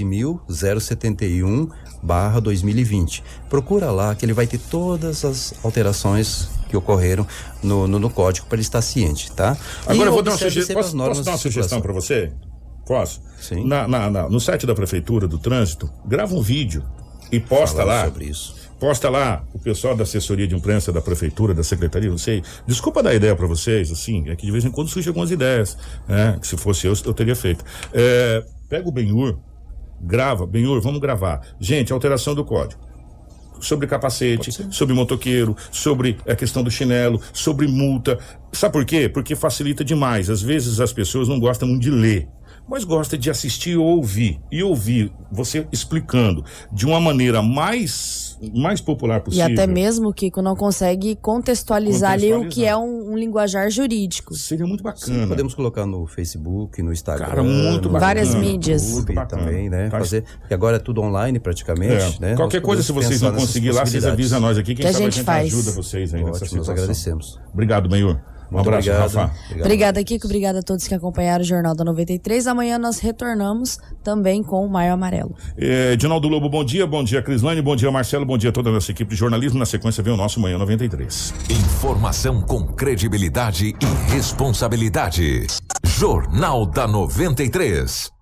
14.071/2020. Procura lá que ele vai ter todas as alterações que ocorreram no código para ele estar ciente, tá? Agora eu vou dar uma sugestão. Posso dar uma sugestão para você? Posso? Sim. No site da Prefeitura do Trânsito, grava um vídeo e posta lá. Sobre isso. Posta lá, o pessoal da assessoria de imprensa da Prefeitura, da Secretaria, não sei. Desculpa dar ideia para vocês, assim, é que de vez em quando surgem algumas ideias, né? Que se fosse eu teria feito. Pega o Benhur, grava, Benhur, vamos gravar. Gente, alteração do código. Sobre capacete, sobre motoqueiro, sobre a questão do chinelo, sobre multa. Sabe por quê? Porque facilita demais. Às vezes as pessoas não gostam muito de ler, mas gostam de assistir ou ouvir. E ouvir você explicando de uma maneira mais popular possível. E até mesmo, Kiko, não consegue contextualizar ali o que é um linguajar jurídico. Seria muito bacana. Sim, podemos colocar no Facebook, no Instagram. Cara, muito bacana. Várias mídias. YouTube também, né? Fazer, porque agora é tudo online praticamente, né? Qualquer coisa, se vocês não conseguirem lá, vocês avisam nós aqui. Quem sabe a gente faz. ajuda vocês aí nessa situação. Nós agradecemos. Obrigado, Benhur. Um abraço, Rafa. Obrigada, Kiko. Obrigada a todos que acompanharam o Jornal da 93. Amanhã nós retornamos também com o Maio Amarelo. Edinaldo Lobo, bom dia. Bom dia, Crislane. Bom dia, Marcelo. Bom dia a toda a nossa equipe de jornalismo. Na sequência vem o nosso Manhã 93. Informação com credibilidade e responsabilidade. Jornal da 93.